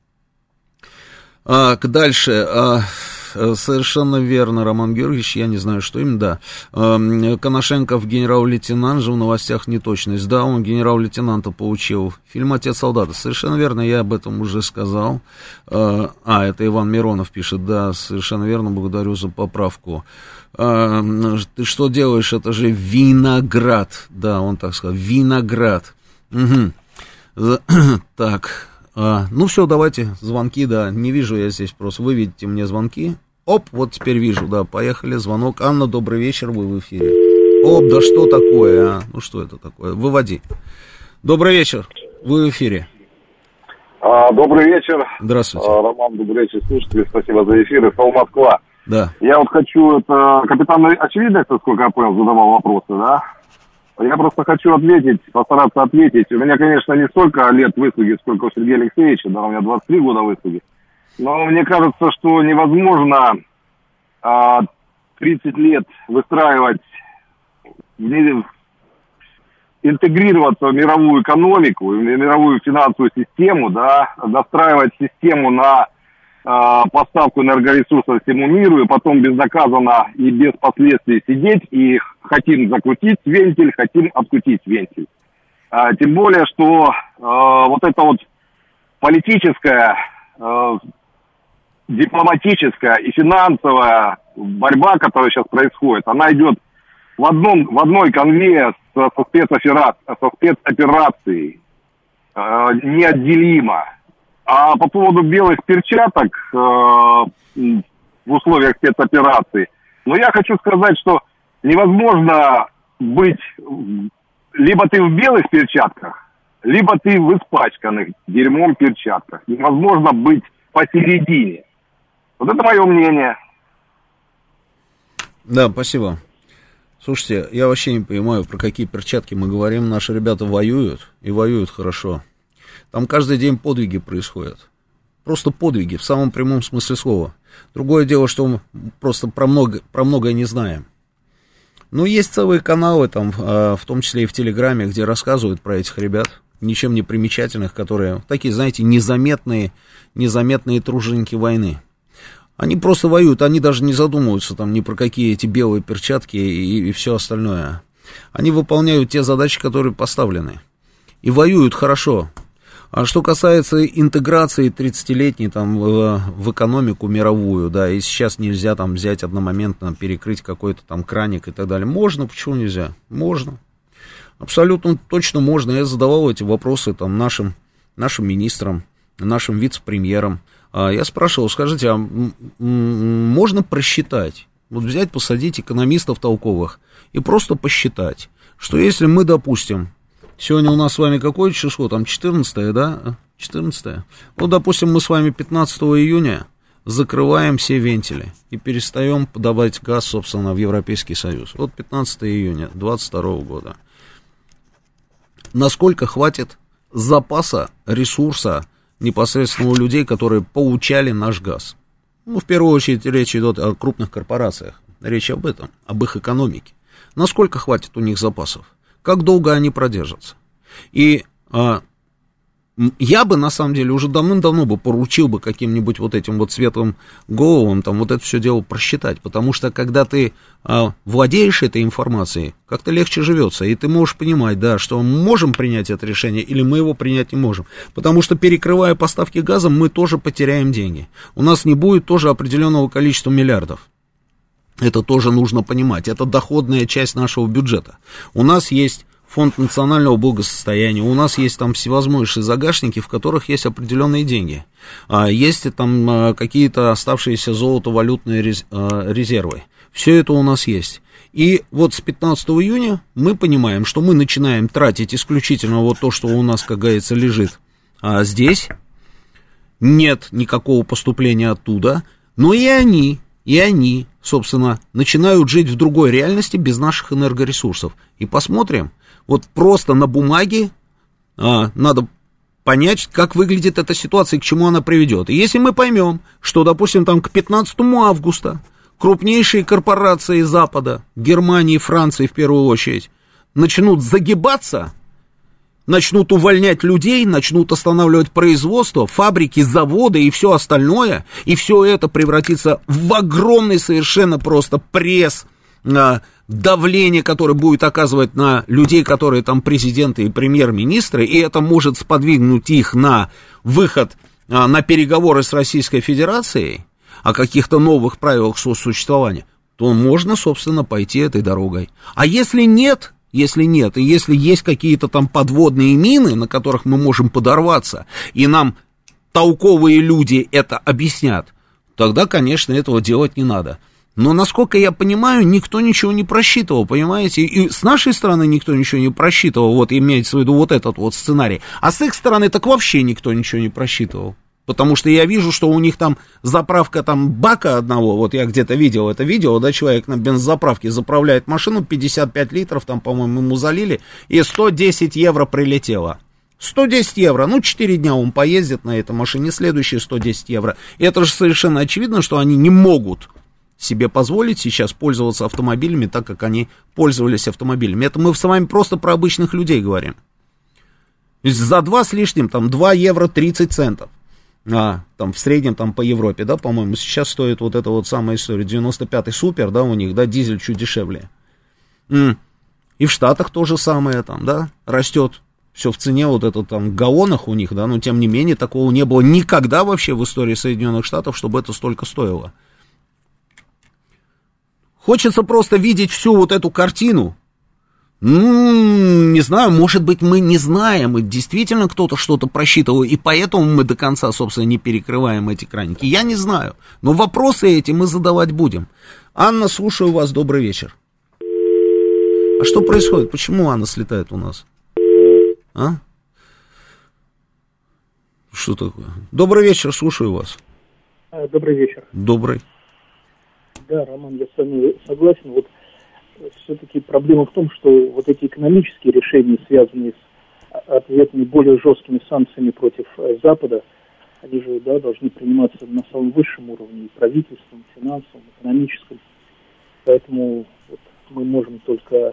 Дальше, совершенно верно, Роман Георгиевич, я не знаю, что именно, да. Коношенков генерал-лейтенант же в новостях неточность. Да, он генерал-лейтенанта получил. Фильм «Отец солдата». Совершенно верно, я об этом уже сказал. Это Иван Миронов пишет, да, совершенно верно, благодарю за поправку. Ты что делаешь, это же виноград. Да, он так сказал, виноград. Угу. Так... все, давайте, звонки, да, не вижу я здесь просто, вы видите мне звонки, вот теперь вижу, да, поехали, звонок. Анна, добрый вечер, вы в эфире. Да что такое, что это такое, выводи. Добрый вечер, вы в эфире. Добрый вечер. Здравствуйте. Роман, добрый вечер, слушатели, спасибо за эфир, это Москва. Да. Я вот хочу, это капитан очевидность, насколько я понял, задавал вопросы, да? Я просто хочу постараться ответить. У меня, конечно, не столько лет выслуги, сколько у Сергея Алексеевича, да, у меня 23 года выслуги. Но мне кажется, что невозможно 30 лет выстраивать, интегрироваться в мировую экономику, в мировую финансовую систему, да, настраивать систему на поставку энергоресурсов всему миру, и потом безнаказанно и без последствий сидеть, и хотим закрутить вентиль, хотим открутить вентиль. Тем более, что вот эта вот политическая, дипломатическая и финансовая борьба, которая сейчас происходит, она идет в одной конве со спецоперацией, неотделимо. А по поводу белых перчаток в условиях спецоперации, я хочу сказать, что невозможно быть, либо ты в белых перчатках, либо ты в испачканных дерьмом перчатках. Невозможно быть посередине. Вот это мое мнение. Да, спасибо. Слушайте, я вообще не понимаю, про какие перчатки мы говорим. Наши ребята воюют, и воюют хорошо. Там каждый день подвиги происходят. Просто подвиги, в самом прямом смысле слова. Другое дело, что мы просто про многое не знаем. Есть целые каналы, там, в том числе и в Телеграме, где рассказывают про этих ребят, ничем не примечательных, которые такие, знаете, незаметные труженики войны. Они просто воюют, они даже не задумываются там ни про какие эти белые перчатки и все остальное. Они выполняют те задачи, которые поставлены. И воюют хорошо. А что касается интеграции 30-летней там, в экономику мировую, да, и сейчас нельзя там взять одномоментно, перекрыть какой-то там краник и так далее. Можно, почему нельзя? Можно. Абсолютно точно можно. Я задавал эти вопросы там нашим министрам, нашим вице-премьерам. Я спрашивал, скажите, а можно просчитать? Вот взять, посадить экономистов толковых и просто посчитать, что если мы, допустим, сегодня у нас с вами какое число? Там 14-е, да? 14-е. Допустим, мы с вами 15 июня закрываем все вентили и перестаем подавать газ, собственно, в Европейский Союз. 15 июня 2022 года. Насколько хватит запаса, ресурса непосредственно у людей, которые получали наш газ? В первую очередь речь идет о крупных корпорациях. Речь об этом, об их экономике. Насколько хватит у них запасов? Как долго они продержатся? И я бы, на самом деле, уже давным-давно бы поручил бы каким-нибудь вот этим вот светлым головам там вот это все дело просчитать, потому что, когда ты владеешь этой информацией, как-то легче живется, и ты можешь понимать, да, что мы можем принять это решение, или мы его принять не можем, потому что, перекрывая поставки газа, мы тоже потеряем деньги, у нас не будет тоже определенного количества миллиардов. Это тоже нужно понимать, это доходная часть нашего бюджета. У нас есть фонд национального благосостояния, у нас есть там всевозможные загашники, в которых есть определенные деньги. Есть там какие-то оставшиеся золотовалютные резервы. Все это у нас есть. И вот с 15 июня мы понимаем, что мы начинаем тратить исключительно вот то, что у нас, как говорится, лежит здесь. Нет никакого поступления оттуда. Но и они, собственно, начинают жить в другой реальности без наших энергоресурсов. И посмотрим. Вот просто на бумаге надо понять, как выглядит эта ситуация и к чему она приведет. И если мы поймем, что, допустим, там к 15 августа крупнейшие корпорации Запада, Германии, Франции в первую очередь, начнут загибаться, начнут увольнять людей, начнут останавливать производство, фабрики, заводы и все остальное, и все это превратится в огромный совершенно просто пресс, давление, которое будет оказывать на людей, которые там президенты и премьер-министры, и это может сподвигнуть их на выход на переговоры с Российской Федерацией о каких-то новых правилах сосуществования, то можно, собственно, пойти этой дорогой. А если нет, и если есть какие-то там подводные мины, на которых мы можем подорваться, и нам толковые люди это объяснят, тогда, конечно, этого делать не надо. Но, насколько я понимаю, никто ничего не просчитывал, понимаете? И с нашей стороны никто ничего не просчитывал, вот имеется в виду вот этот вот сценарий. А с их стороны так вообще никто ничего не просчитывал. Потому что я вижу, что у них там заправка там бака одного, вот я где-то видел это видео, да, человек на бензозаправке заправляет машину, 55 литров там, по-моему, ему залили, и 110 евро прилетело. 110 евро, 4 дня он поездит на этой машине, следующие 110 евро. И это же совершенно очевидно, что они не могут себе позволить сейчас пользоваться автомобилями так, как они пользовались автомобилями. Это мы с вами просто про обычных людей говорим. То есть за 2 с лишним, там, 2 евро 30 центов. Там в среднем там по Европе, да, по-моему, сейчас стоит вот эта вот самая история, 95-й супер, да, у них, да, дизель чуть дешевле. И в Штатах то же самое там, да, растет все в цене, вот это там в галлонах у них, да, но тем не менее такого не было никогда вообще в истории Соединенных Штатов, чтобы это столько стоило. Хочется просто видеть всю вот эту картину. Не знаю, может быть, мы не знаем, и действительно кто-то что-то просчитывал, и поэтому мы до конца, собственно, не перекрываем эти краники. Я не знаю, но вопросы эти мы задавать будем. Анна, слушаю вас, добрый вечер. А что происходит? Почему Анна слетает у нас? А? Что такое? Добрый вечер, слушаю вас. Добрый вечер. Добрый. Да, Роман, я с вами согласен. Вот все-таки проблема в том, что вот эти экономические решения, связанные с ответными более жесткими санкциями против Запада, они же, да, должны приниматься на самом высшем уровне, и правительством, финансовом, экономическом. Поэтому вот, мы можем только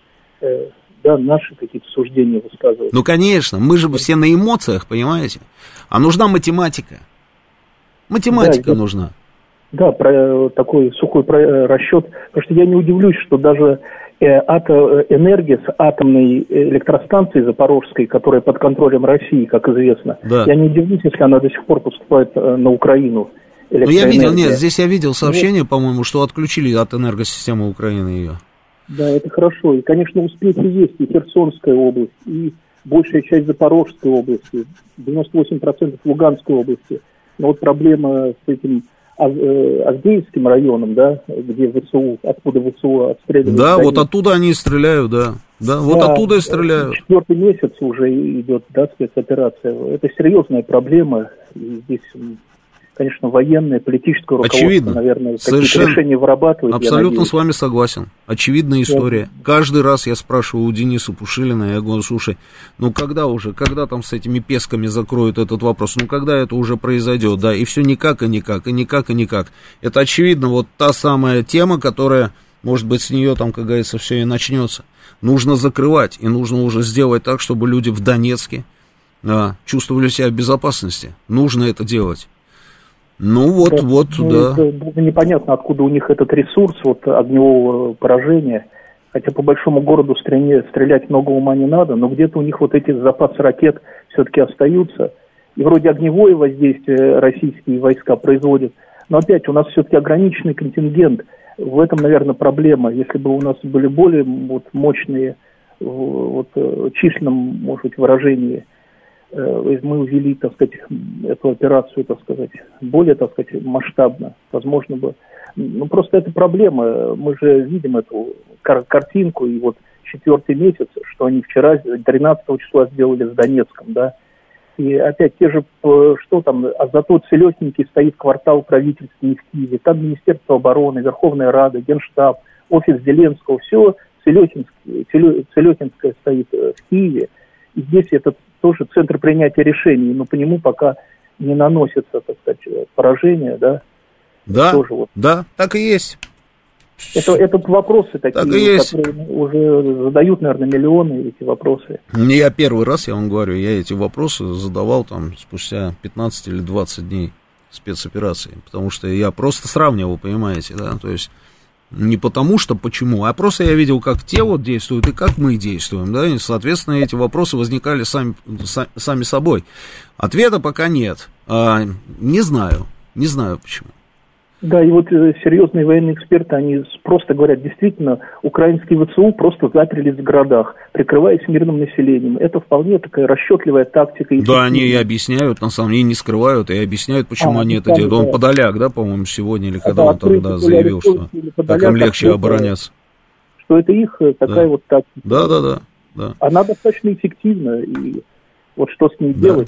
наши какие-то суждения высказывать. Ну, конечно, мы же все на эмоциях, понимаете? А нужна математика. Математика нужна. Да, такой сухой расчет. Потому что я не удивлюсь, что даже энергия с атомной электростанции Запорожской, которая под контролем России, как известно, да. Я не удивлюсь, если она до сих пор поступает на Украину. Ну, я видел, здесь я видел сообщение, по-моему, что отключили от энергосистемы Украины ее. Да, это хорошо. И, конечно, успехи есть и Херсонская область, и большая часть Запорожской области, 98% Луганской области. Но вот проблема с этим Авдеевским районом, да, где ВСУ, откуда ВСУ отстреливают. Да, вот оттуда они и стреляют, да. Да, вот оттуда и стреляют. 4-й месяц уже идет, да, спецоперация. Это серьезная проблема. И здесь, конечно, военное, политическое руководство, очевидно. Наверное, какие-то решения вырабатывают. Абсолютно с вами согласен. Очевидная история. Каждый раз я спрашиваю у Дениса Пушилина, я говорю, слушай, ну когда там с этими песками закроют этот вопрос, ну когда это уже произойдет, да, и все никак. Это очевидно, вот та самая тема, которая, может быть, с нее там, как говорится, все и начнется. Нужно закрывать, и нужно уже сделать так, чтобы люди в Донецке чувствовали себя в безопасности. Нужно это делать. Ну вот, да. Непонятно, откуда у них этот ресурс вот огневого поражения. Хотя по большому городу стрелять много ума не надо, но где-то у них вот эти запасы ракет все-таки остаются. И вроде огневое воздействие российские войска производят. Но опять у нас все-таки ограниченный контингент. В этом, наверное, проблема. Если бы у нас были более мощные численном, может быть, выражении, мы ввели, так сказать, эту операцию, так сказать, более, так сказать, масштабно, возможно бы. Ну, просто это проблема. Мы же видим эту картинку, и вот 4-й месяц, что они вчера, 13 числа сделали с Донецком, да. И опять те же, что там, а зато целехенький стоит квартал правительственный в Киеве, там Министерство обороны, Верховная Рада, Генштаб, офис Зеленского, все целехинское стоит в Киеве. И здесь это тоже центр принятия решений, но по нему пока не наносится, так сказать, поражение, да? Да, да, так и есть. Это вопросы такие, которые уже задают, наверное, миллионы эти вопросы. Я первый раз, я вам говорю, я эти вопросы задавал там спустя 15 или 20 дней спецоперации, потому что я просто сравнивал, понимаете, да, то есть не потому что почему, а просто я видел, как те вот действуют и как мы действуем, да, и, соответственно, эти вопросы возникали сами собой. Ответа пока нет, не знаю почему. Да, и вот серьезные военные эксперты, они просто говорят, действительно, украинские ВСУ просто заперлись в городах, прикрываясь мирным населением. Это вполне такая расчетливая тактика. Да, они и объясняют, на самом деле, не скрывают, и объясняют, почему они это делают. Он Подоляк, да, по-моему, сегодня, или когда он там заявил, что так им легче обороняться. Что это их такая вот тактика. Да. Она достаточно эффективна, и вот что с ней делать,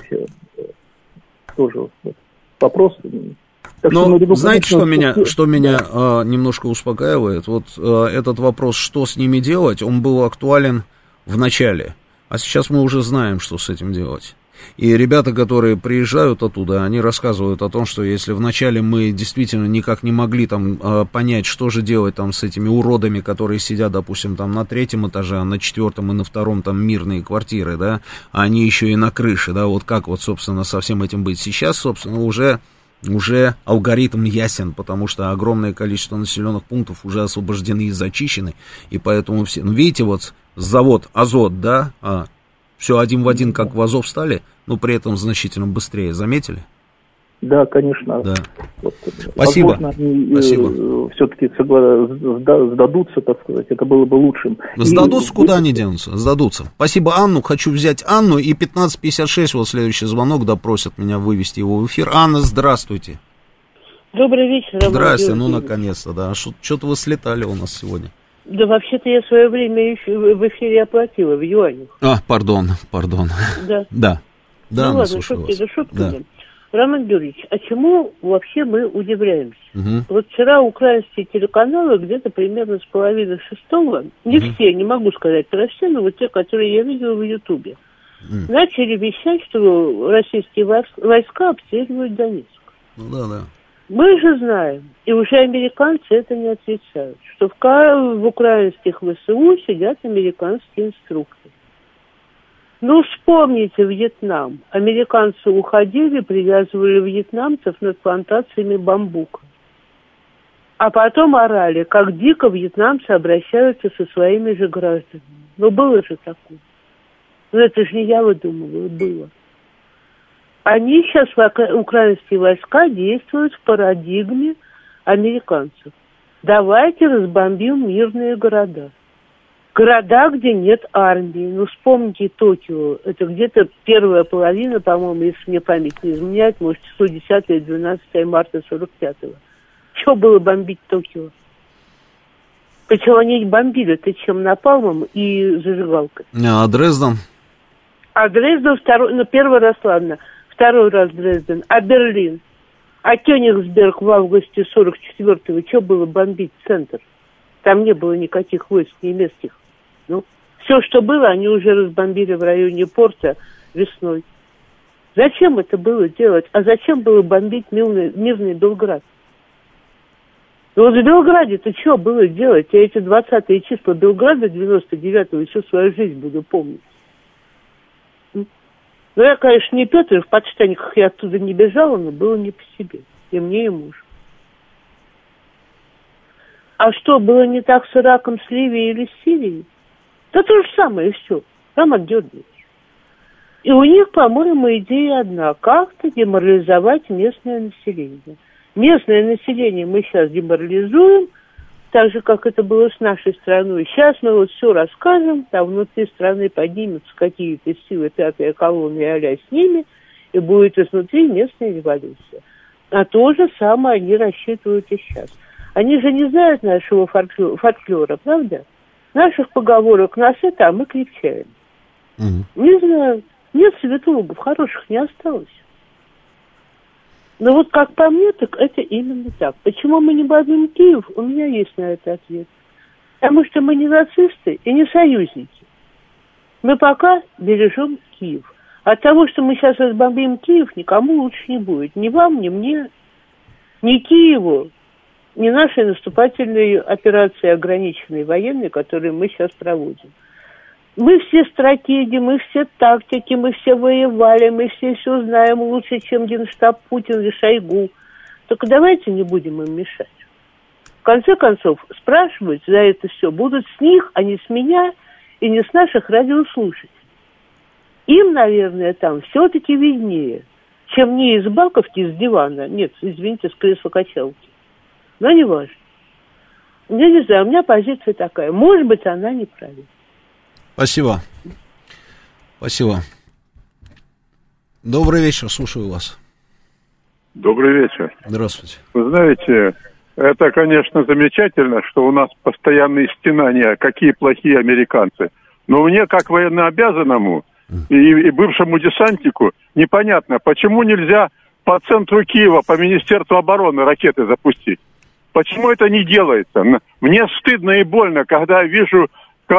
тоже вопрос. Но знаете, что меня немножко успокаивает? Вот этот вопрос, что с ними делать, он был актуален в начале, а сейчас мы уже знаем, что с этим делать. И ребята, которые приезжают оттуда, они рассказывают о том, что если вначале мы действительно никак не могли там понять, что же делать там с этими уродами, которые сидят, допустим, там на 3-м этаже, а на 4-м и на 2-м там мирные квартиры, да, а они еще и на крыше, да, вот как вот, собственно, со всем этим быть. Сейчас, собственно, уже алгоритм ясен, потому что огромное количество населенных пунктов уже освобождены и зачищены, и поэтому все, ну, видите, вот завод Азот, да, Все один в один, как в Азов стали, но при этом значительно быстрее. Заметили? Да, конечно. Да. Вот, спасибо. Возможно, они спасибо. Все-таки сдадутся, так сказать, это было бы лучшим. Сдадутся, куда они денутся? Сдадутся. Спасибо, Анну. Хочу взять Анну. И 15:56, вот следующий звонок, просят меня вывести его в эфир. Анна, здравствуйте. Добрый вечер, Роман. Здрасте, ну наконец-то, да. Что-то вы слетали у нас сегодня. Да вообще-то я в свое время в эфире оплатила в юанях. Пардон. Да. Да. Да, ну ладно, шутки за шутками. Роман Георгиевич, а чему вообще мы удивляемся? Угу. Вот вчера украинские телеканалы где-то примерно с половины шестого, не все, не могу сказать про все, но вот те, которые я видела в Ютубе, начали вещать, что российские войска обстреливают Донецк. Ну да. Мы же знаем, и уже американцы это не отрицают, что в украинских ВСУ сидят американские инструкторы. Ну, вспомните Вьетнам. Американцы уходили, привязывали вьетнамцев над плантациями бамбука. А потом орали, как дико вьетнамцы обращаются со своими же гражданами. Ну, было же такое. Ну, это же не я выдумываю, было. Они сейчас, украинские войска, действуют в парадигме американцев. Давайте разбомбим мирные города. Города, где нет армии. Ну, вспомните Токио. Это где-то первая половина, по-моему, если мне память не изменяет, может, число 10 или 12 марта 45-го. Что было бомбить Токио? Причем они бомбили-то чем? Напалмом и зажигалкой. А Дрезден? А Дрезден первый раз, ладно. Второй раз Дрезден. А Берлин? А Кёнигсберг в августе 44-го. Что было бомбить центр? Там не было никаких войск немецких. Ну, все, что было, они уже разбомбили в районе порта весной. Зачем это было делать? А зачем было бомбить мирный Белград? Ну, вот в Белграде-то что было делать? Я эти 20-е числа Белграда 99-го всю свою жизнь буду помнить. Ну, я, конечно, не Петр, в подштаниках я оттуда не бежала, но было не по себе. И мне, и мужу. А что, было не так с Ираком, с Ливией или с Сирией? Да то же самое, и все. Роман Георгиевич. И у них, по-моему, идея одна. Как-то деморализовать местное население. Местное население мы сейчас деморализуем, так же, как это было с нашей страной. Сейчас мы вот все расскажем, там внутри страны поднимутся какие-то силы, пятая колонна и а-ля с ними, и будет изнутри местная революция. А то же самое они рассчитывают и сейчас. Они же не знают нашего фольклора, правда? Наших поговорок нас это, а мы кричаем. Не знаю. Нет цветологов, хороших не осталось. Но вот как по мне, так это именно так. Почему мы не бомбим Киев? У меня есть на это ответ. Потому что мы не нацисты и не союзники. Мы пока бережем Киев. От того, что мы сейчас разбомбим Киев, никому лучше не будет. Ни вам, ни мне, ни Киеву, ни нашей наступательной операции ограниченной военной, которую мы сейчас проводим. Мы все стратеги, мы все тактики, мы все воевали, мы все знаем лучше, чем Генштаб Путин или Шойгу. Только давайте не будем им мешать. В конце концов, спрашивать за это все будут с них, а не с меня и не с наших радиослушателей. Им, наверное, там все-таки виднее, чем мне из Баковки, с дивана, нет, извините, с кресла-качалки. Но не важно. Я не знаю, у меня позиция такая. Может быть, она неправильная. Спасибо. Спасибо. Добрый вечер, слушаю вас. Добрый вечер. Здравствуйте. Вы знаете, это, конечно, замечательно, что у нас постоянные стенания, какие плохие американцы. Но мне, как военнообязанному и бывшему десантнику, непонятно, почему нельзя по центру Киева, по Министерству обороны ракеты запустить. Почему это не делается? Мне стыдно и больно, когда я вижу,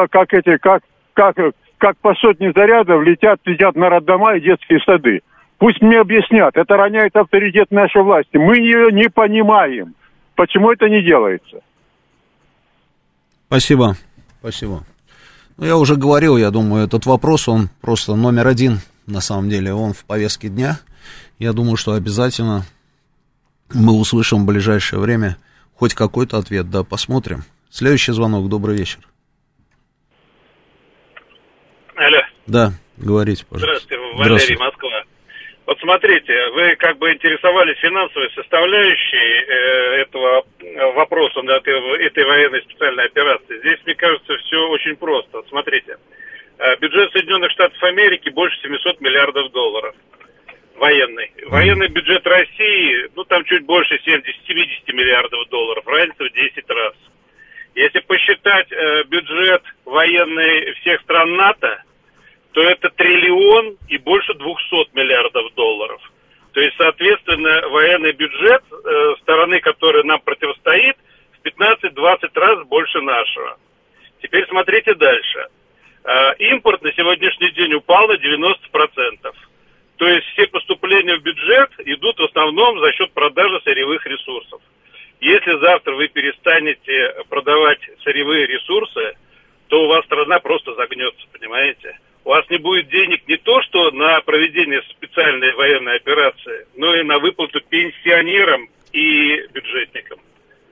как по сотне зарядов летят на роддома и детские сады. Пусть мне объяснят, это роняет авторитет нашей власти. Мы ее не понимаем. Почему это не делается? Спасибо. Спасибо. Ну, я уже говорил, я думаю, этот вопрос, он просто номер один, на самом деле, он в повестке дня. Я думаю, что обязательно мы услышим в ближайшее время хоть какой-то ответ, да, посмотрим. Следующий звонок, добрый вечер. Алло. Да, Говорите, пожалуйста. Здравствуйте, Валерий, Москва. Вот смотрите, вы как бы интересовались финансовой составляющей этого вопроса, этой военной специальной операции. Здесь, мне кажется, все очень просто. Вот смотрите, бюджет Соединенных Штатов Америки больше 700 миллиардов долларов. Военный. Военный бюджет России, ну там чуть больше 70 миллиардов долларов. Разница в 10 раз. Если посчитать бюджет военный всех стран НАТО, то это триллион и больше 200 миллиардов долларов. То есть, соответственно, военный бюджет стороны, которая нам противостоит, в 15-20 раз больше нашего. Теперь смотрите дальше. Импорт на сегодняшний день упал на 90%. То есть все поступления в бюджет идут в основном за счет продажи сырьевых ресурсов. Если завтра вы перестанете продавать сырьевые ресурсы, то у вас страна просто загнется, понимаете? У вас не будет денег не то, что на проведение специальной военной операции, но и на выплату пенсионерам и бюджетникам.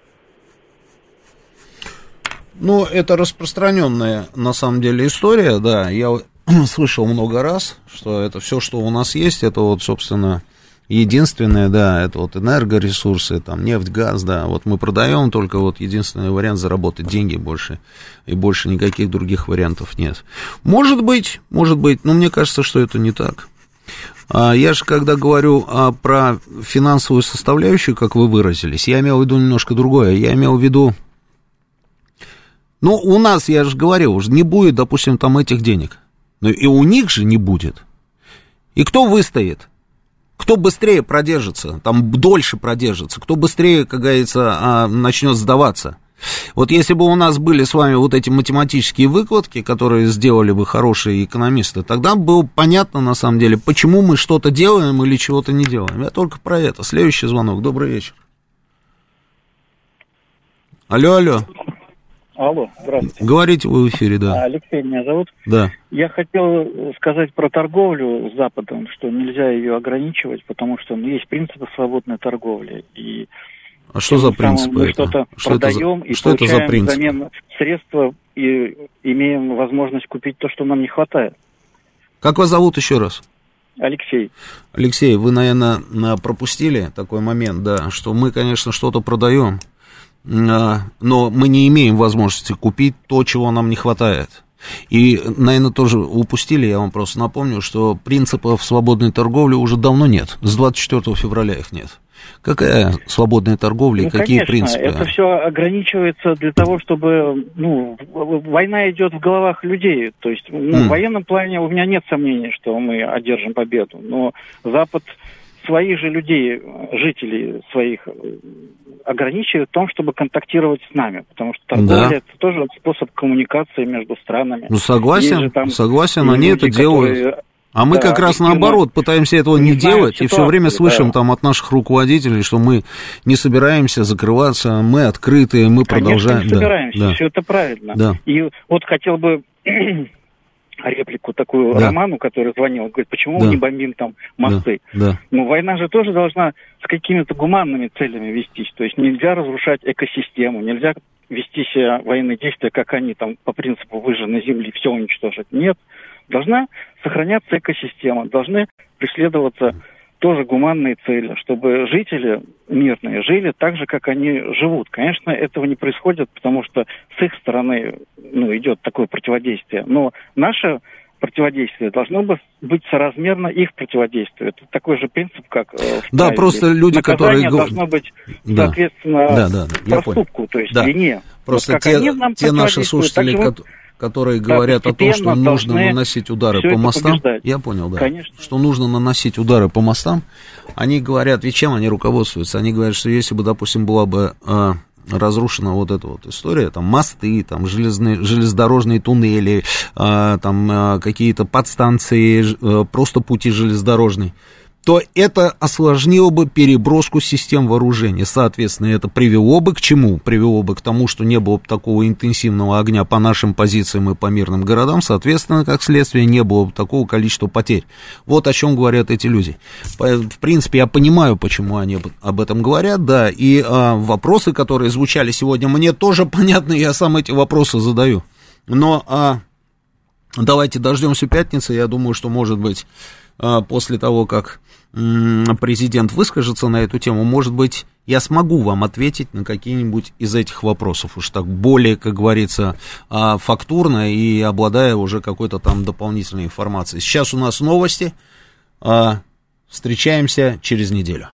Ну, это распространенная, на самом деле, история, да. Я слышал много раз, что это все, что у нас есть, это вот, собственно, единственное, да, это вот энергоресурсы, там, нефть, газ, да, вот мы продаем, только вот единственный вариант заработать деньги больше, и больше никаких других вариантов нет. Может быть, но мне кажется, что это не так. Я же, когда говорю про финансовую составляющую, как вы выразились, я имел в виду немножко другое, я имел в виду, ну, у нас, я же говорил, уже не будет, допустим, там этих денег, но и у них же не будет. И кто выстоит? Кто быстрее продержится, там дольше продержится, кто быстрее, как говорится, начнет сдаваться. Вот если бы у нас были с вами вот эти математические выкладки, которые сделали бы хорошие экономисты, тогда было понятно, на самом деле, почему мы что-то делаем или чего-то не делаем. Я только про это. Следующий звонок. Добрый вечер. Алло. Алло, здравствуйте. Говорите вы в эфире, да. Алексей меня зовут. Да. Я хотел сказать про торговлю с Западом, что нельзя ее ограничивать, потому что есть принципы свободной торговли. И а что за принципы? Мы что-то продаем и что получаем это за принципы? взамен средства и имеем возможность купить то, что нам не хватает. Как вас зовут еще раз? Алексей. Алексей, вы, наверное, пропустили такой момент, да, что мы, конечно, что-то продаем, но мы не имеем возможности купить то, чего нам не хватает. И, наверное, тоже упустили, я вам просто напомню, что принципов свободной торговли уже давно нет. С 24 февраля их нет. Какая свободная торговля и какие конечно, принципы? Это все ограничивается для того, чтобы, война идет в головах людей. То есть, в военном плане у меня нет сомнений, что мы одержим победу. Но Запад своих же людей, жителей своих, ограничивает в том, чтобы контактировать с нами, потому что торговля это тоже способ коммуникации между странами. Согласен, они это делают. А мы как раз наоборот пытаемся этого не делать, и все время слышим там от наших руководителей, что мы не собираемся закрываться, мы открыты, мы продолжаем. Конечно, не собираемся, все это правильно. Да. И вот хотел бы реплику такую Роману, который звонил, говорит, почему мы не бомбим там мосты? Война же тоже должна с какими-то гуманными целями вестись, то есть нельзя разрушать экосистему, нельзя вести себя военные действия, как они там по принципу выжженной земли все уничтожить. Нет, должна сохраняться экосистема, должны преследоваться тоже гуманные цели, чтобы жители мирные жили так же, как они живут. Конечно, этого не происходит, потому что с их стороны идет такое противодействие. Но наше противодействие должно быть соразмерно их противодействию. Это такой же принцип, как да, просто люди, наказание которые... должно быть соответственно проступку, то есть вине. Просто вот те наши слушатели, которые говорят о том, что нужно наносить удары по мостам, я понял, да, конечно. Что нужно наносить удары по мостам, они говорят, ведь чем они руководствуются? Они говорят, что если бы, допустим, была бы разрушена вот эта вот история, там мосты, там железнодорожные туннели, там какие-то подстанции, просто пути железнодорожные, то это осложнило бы переброску систем вооружения. Соответственно, это привело бы к чему? Привело бы к тому, что не было бы такого интенсивного огня по нашим позициям и по мирным городам. Соответственно, как следствие, не было бы такого количества потерь. Вот о чем говорят эти люди. В принципе, я понимаю, почему они об этом говорят, да. И вопросы, которые звучали сегодня, мне тоже понятны, я сам эти вопросы задаю. Но давайте дождемся пятницы. Я думаю, что, может быть, после того, как президент выскажется на эту тему, может быть, я смогу вам ответить на какие-нибудь из этих вопросов, уж так более, как говорится, фактурно и обладая уже какой-то там дополнительной информацией. Сейчас у нас новости. Встречаемся через неделю.